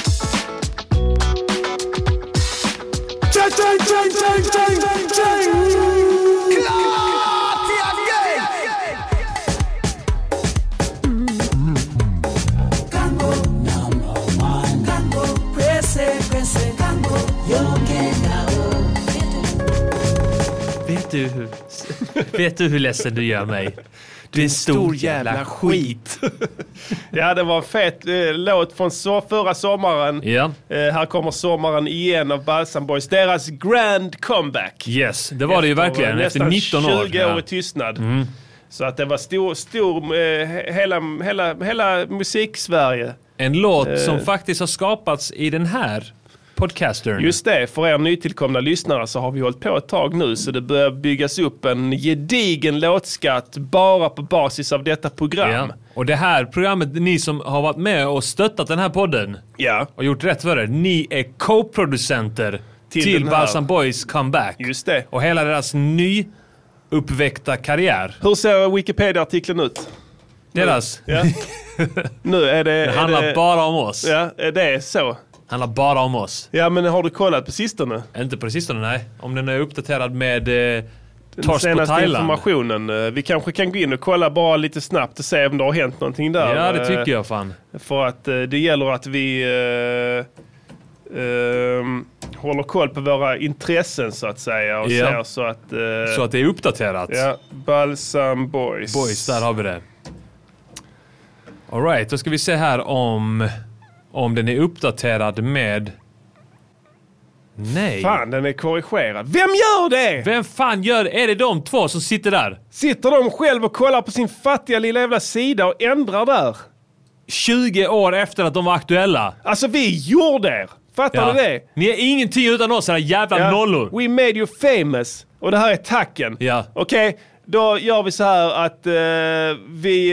Vet du hur ledsen du gör mig? Du är en stor jävla skit. Ja, det var en fet låt från förra sommaren. Ja. Här kommer sommaren igen av Balsam Boys. Deras grand comeback. Yes, det var det ju verkligen. Efter 19 år. 20 år i tystnad. Mm. Så att det var stor hela musik-Sverige. En låt som faktiskt har skapats i den här podcastern. Just det, för er nytillkomna lyssnare så har vi hållit på ett tag nu, så det börjar byggas upp en gedigen låtskatt bara på basis av detta program. Ja. Och det här programmet, ni som har varit med och stöttat den här podden och gjort rätt för er, ni är co-producenter till Balsam Boys comeback. Just det. Och hela deras nyuppväckta karriär. Hur ser Wikipedia-artikeln ut? Deras? Ja. Nu är det handlar bara om oss. Ja, det är så. Handlar bara om oss. Ja, men har du kollat på sistone? Inte på sistone, nej. Om den är uppdaterad med den senaste informationen. Vi kanske kan gå in och kolla bara lite snabbt och se om det har hänt någonting där. Ja, det tycker jag fan. För att det gäller att vi håller koll på våra intressen så att säga. Och ser så att det är uppdaterat. Ja, Balsam Boys. Boys, där har vi det. All right, då ska vi se här om den är uppdaterad med... Nej. Fan, den är korrigerad. Vem gör det? Vem fan gör det? Är det de två som sitter där? Sitter de själv och kollar på sin fattiga lilla jävla sida och ändrar där? 20 år efter att de var aktuella. Alltså vi gjorde er. Fattar du det? Ni är ingenting utan oss, era jävla nollor. We made you famous. Och det här är tacken. Ja. Okej, då gör vi så här att vi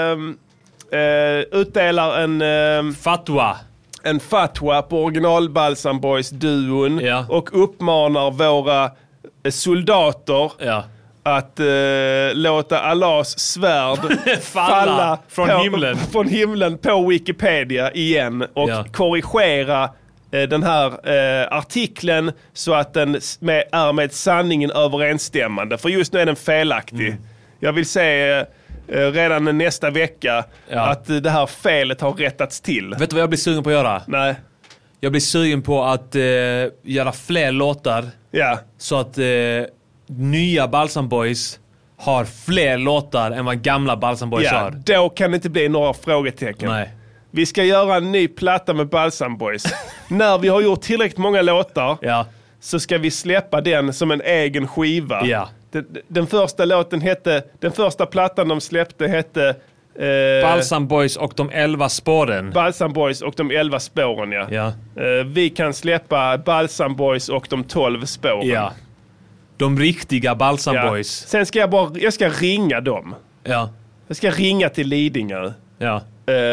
utdelar en... fatwa. En fatwa på original Balsam Boys-duon och uppmanar våra soldater att låta Allahs svärd falla från himlen på Wikipedia igen och korrigera den här artikeln så att den är med sanningen överensstämmande. För just nu är den felaktig. Jag vill säga redan nästa vecka att det här felet har rättats till. Vet du vad jag blir sugen på att göra? Nej. Jag blir sugen på att göra fler låtar. Ja. Så att nya Balsam Boys har fler låtar än vad gamla Balsam Boys har. Då kan det inte bli några frågetecken. Nej. Vi ska göra en ny platta med Balsam Boys. När vi har gjort tillräckligt många låtar så ska vi släppa den som en egen skiva. Ja. Den första låten hette, den första plattan de släppte hette Balsam Boys och de 11 spåren. Balsam Boys och de 11 spåren, ja. Vi kan släppa Balsam Boys och de 12 spåren. Ja. De riktiga Balsam Boys. Sen ska jag ska ringa dem. Ja. Jag ska ringa till Lidingö. Ja.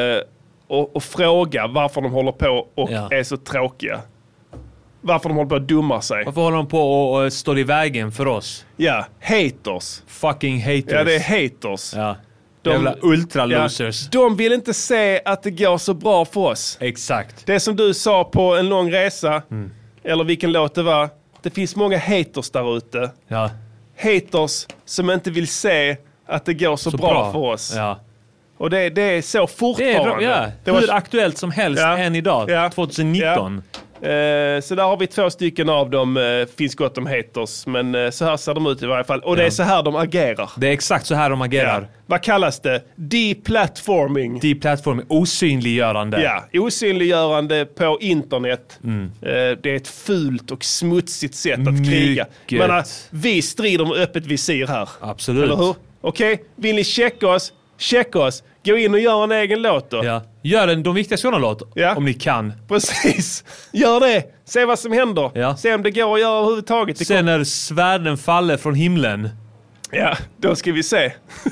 Och fråga varför de håller på och är så tråkiga. Varför de håller på att dumma sig. Varför håller de på och står i vägen för oss? Ja, haters. Fucking haters. Ja, det är haters. Ja. Jävla ultra-losers. De vill inte se att det går så bra för oss. Exakt. Det som du sa på En lång resa, eller vilken låt det var. Det finns många haters där ute. Ja. Haters som inte vill se att det går så bra för oss. Ja. Och det är så fortfarande. Det var hur aktuellt som helst än idag, 2019. Så där har vi 2 stycken av dem. Finns gott om haters, men så här ser de ut i varje fall. Och det är så här de agerar. Det är exakt så här de agerar. Vad kallas det? Deplatforming. Deplatforming, osynliggörande. Ja, osynliggörande på internet. Det är ett fult och smutsigt sätt att kriga. Men vi strider med öppet visir här. Absolut. Eller hur? Okej, vill ni checka oss? Checka oss. Gå in och gör en egen låt då. Ja. Gör de viktiga sådana låt om ni kan. Precis. Gör det. Se vad som händer. Ja. Se om det går att göra överhuvudtaget. Sen när svärden faller från himlen. Ja, då ska vi se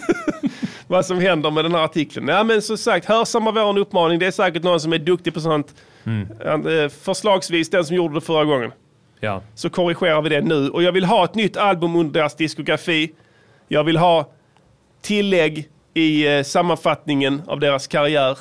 vad som händer med den här artikeln. Ja, men som sagt, hörsamma vår uppmaning. Det är säkert någon som är duktig på sånt. Förslagsvis den som gjorde det förra gången. Ja. Så korrigerar vi det nu. Och jag vill ha ett nytt album under deras diskografi. Jag vill ha tillägg i sammanfattningen av deras karriär.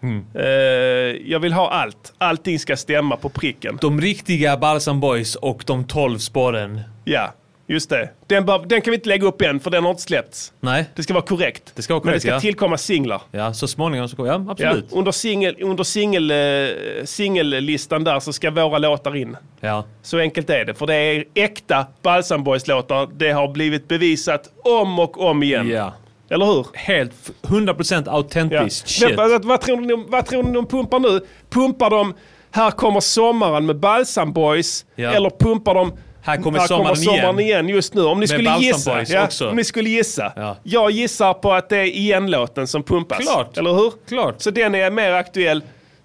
Jag vill ha allt. Allting ska stämma på pricken. De riktiga Balsam Boys och de 12 spåren. Ja, just det. Den kan vi inte lägga upp än, för den har inte släppts. Nej. Det ska vara korrekt. Det ska vara korrekt, men det ska tillkomma singlar. Ja, så småningom så kommer absolut. Ja, under singellistan där så ska våra låtar in. Ja. Så enkelt är det. För det är äkta Balsam Boys-låtar. Det har blivit bevisat om och om igen. Ja. Eller hur? Helt 100% autentiskt shit. Vad tror ni de pumpar nu? Pumpar de Här kommer sommaren med Balsam Boys? Eller pumpar de Här kommer sommaren igen just nu? Om ni skulle gissa. Om ni skulle gissa. Jag gissar på att det är igen-låten som pumpas. Klart. Eller hur? Klart. Så den är mer aktuell.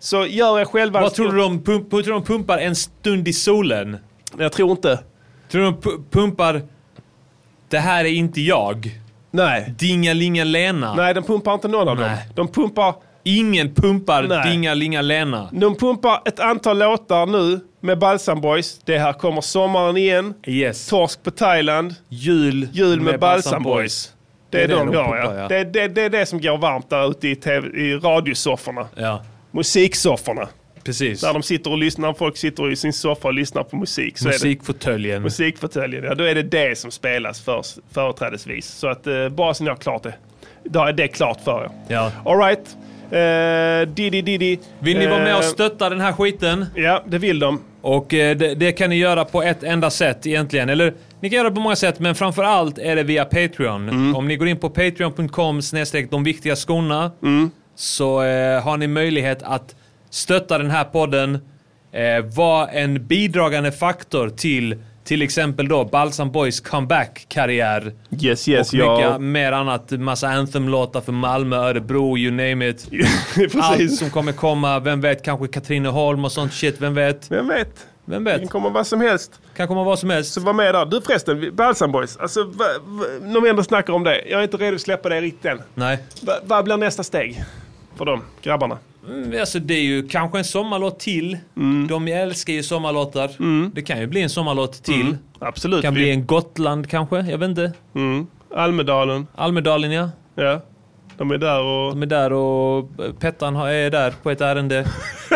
Så gör er själva... Vad tror du de pumpar en stund i solen? Jag tror inte. Tror du de pumpar... Det här är inte jag. Nej. Dingalinga Lena. Nej, de pumpar inte någon av dem. De pumpar... Ingen pumpar Dingalinga Lena. De pumpar ett antal låtar nu med Balsam Boys. Det här kommer sommaren igen. Yes. Torsk på Thailand. Jul med Balsam Boys. Det är de pumpar, ja. Det är det som går varmt där ute i radiosofforna. Ja. Musiksofforna. Precis. Där de sitter och lyssnar, folk sitter i sin soffa och lyssnar på musik. Musikfåtöljen. Musikfåtöljen, ja. Då är det som spelas företrädesvis. Så att bara så ni har klart det. Då är det klart för er. Ja. All right. Didi. Vill ni vara med och stötta den här skiten? Ja, det vill de. Och det kan ni göra på ett enda sätt egentligen. Eller ni kan göra det på många sätt, men framförallt är det via Patreon. Om ni går in på patreon.com/de-viktiga-skorna så har ni möjlighet att stötta den här podden. Vara en bidragande faktor till exempel då Balsam Boys comeback-karriär. Yes, och mycket mer annat. Massa anthem-låtar för Malmö, Örebro, you name it. Allt som kommer komma. Vem vet, kanske Katrineholm och sånt shit. Vem vet? Det kan komma vad som helst. Så var med där. Du förresten, Balsam Boys. Alltså, när vi ändå snackar om det. Jag är inte redo att släppa det riktigt än. Nej. Vad blir nästa steg för de grabbarna? Alltså det är ju kanske en sommarlåt till. De älskar ju sommarlåtar. Det kan ju bli en sommarlåt till. Absolut. Kan bli en Gotland kanske, jag vet inte. Almedalen, ja. Ja. De är där och Pettan är där på ett ärende.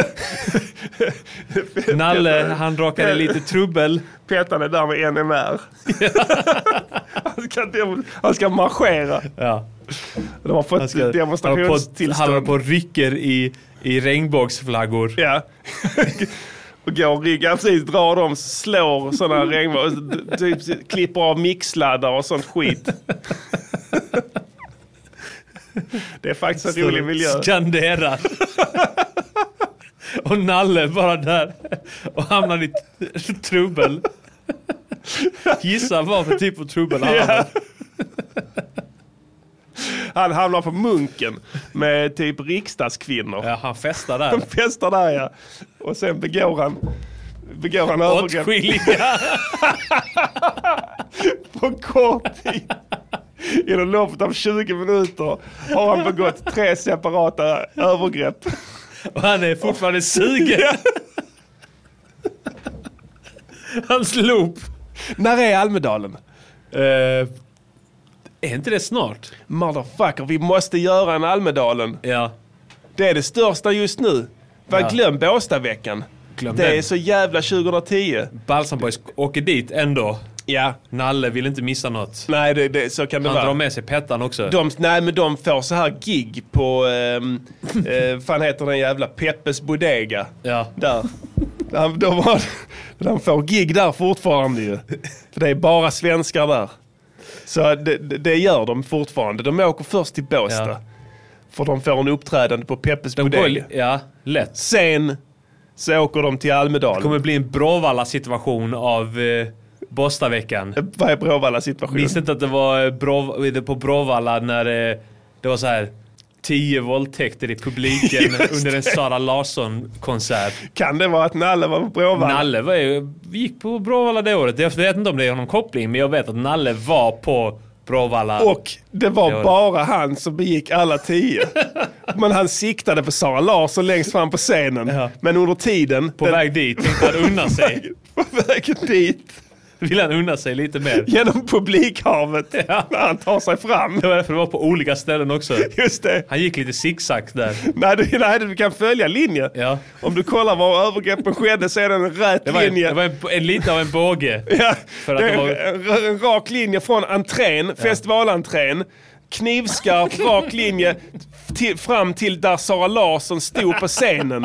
Nalle, han råkade lite trubbel. Pettan är där med NMR. Han ska marschera. Ja. De har fått demonstrationstillstånd. Han på rycker i regnbågsflaggor. Ja. Och går och riggar, precis, drar dem, slår sådana regnbågar, typ klipper av mixladdar och sånt skit. Det är faktiskt en rolig miljö. Skanderar. Och Nalle bara där och hamnar i trubbel. Gissa vad för typ av trubbel han hamnar. Han hamnar på Munken med typ riksdagskvinnor. Ja, han festar där. Ja. Och sen begår han övergrepp. På kort tid. Inom loppet av 20 minuter har han begått 3 separata övergrepp. Och han är fortfarande sugen. Hans loop. När är Almedalen? Är inte det snart? Motherfucker, vi måste göra en Almedalen. Ja. Det är det största just nu. Glöm Båstadveckan. Det är så jävla 2010. Balsam Boys åker dit ändå. Ja. Nalle vill inte missa något. Nej, så kan det vara. Han drar med sig Pettan också. Men de får så här gig på fan heter den jävla Peppes Bodega. Ja. Där. De får gig där fortfarande ju. För det är bara svenskar där. Så det gör de fortfarande. De åker först till Båstad. Ja. För de får en uppträdande på Peppes Bodega. Ja, lätt. Sen så åker de till Almedalen. Det kommer bli en Bråvalla-situation av Båstadveckan. Vad är Bråvalla-situation? Minns inte att det var på Bråvalla när det var så här 10 våldtäkter i publiken under en Sara Larsson-konsert. Kan det vara att Nalle var på Bråvalla? Nalle gick på Bråvalla det året. Jag vet inte om det är någon koppling, men jag vet att Nalle var på Bråvalla. Och det var bara han som begick alla 10. Men han siktade på Sara Larsson längst fram på scenen. Ja. Men under tiden... På väg dit tänkte han unna sig. På väg dit. Vill han unna sig lite mer. Genom publikhavet när han tar sig fram. Det var därför det var på olika ställen också. Just det. Han gick lite zigzag där. Nej, du kan följa linjen. Ja. Om du kollar var övergreppen skedde så är det en rät linje. Det var lite av en båge. Ja, för att det var en rak linje från entrén, festivalentrén. Knivskarp, rak linje fram till där Sara Larsson stod på scenen.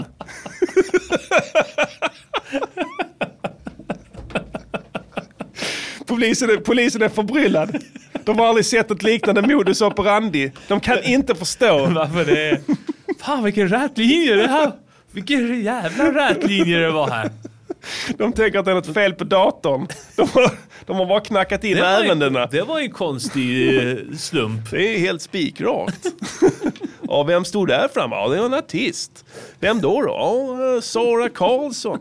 Polisen är förbryllad. De har aldrig sett ett liknande modus operandi. De kan inte förstå. Varför det är... Fan, vilken rätlinje det här. Vilken jävla rätlinje det var här. De tänker att det är något fel på datorn. De har bara knackat in ärendena. Det var en konstig slump. Det är helt spikrakt. Och vem stod där framme? Ja, det är en artist. Vem då? Ja, Sara Karlsson.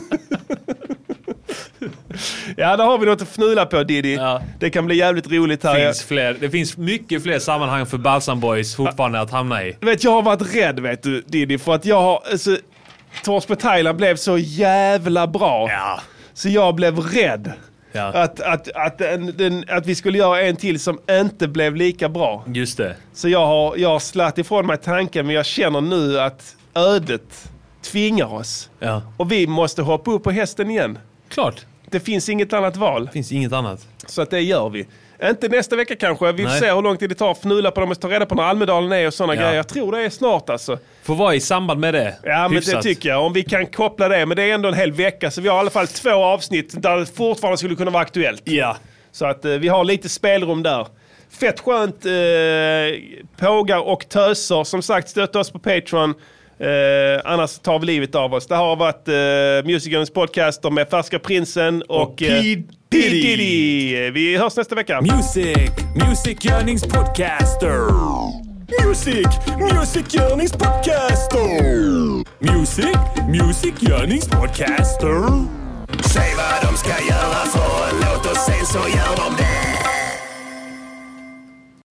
Ja, då har vi något att fnula på, Diddy. Ja. Det kan bli jävligt roligt här. Det finns mycket fler sammanhang för Balsam Boys fortfarande att hamna i. Du vet, jag har varit rädd, vet du, Diddy, för att jag har... Alltså, Tors på Thailand blev så jävla bra. Ja. Så jag blev rädd. Ja. Att vi skulle göra en till som inte blev lika bra. Just det. Så jag har slatt ifrån mig tanken, men jag känner nu att ödet tvingar oss. Ja. Och vi måste hoppa upp på hästen igen. Klart. Det finns inget annat val. Det finns inget annat. Så att det gör vi. Inte nästa vecka kanske. Vi får se hur lång tid det tar att fnula på dem och ta reda på när Almedalen är och sådana grejer. Jag tror det är snart alltså. Får vara i samband med det. Ja, men hyfsat. det tycker jag. Om vi kan koppla det. Men det är ändå en hel vecka. Så vi har i alla fall 2 avsnitt där det fortfarande skulle kunna vara aktuellt. Ja. Så att vi har lite spelrum där. Fett skönt. Pågar och töser. Som sagt, stötta oss på Patreon. Annars tar vi livet av oss. Det har varit Music Journeys podcaster med Färska Prinsen och P. Diddy. Vi hörs nästa vecka. Music Journeys podcaster. Music Journeys podcaster. Music Journeys podcaster. Säg vad de ska göra för en låt och sen så gör de det.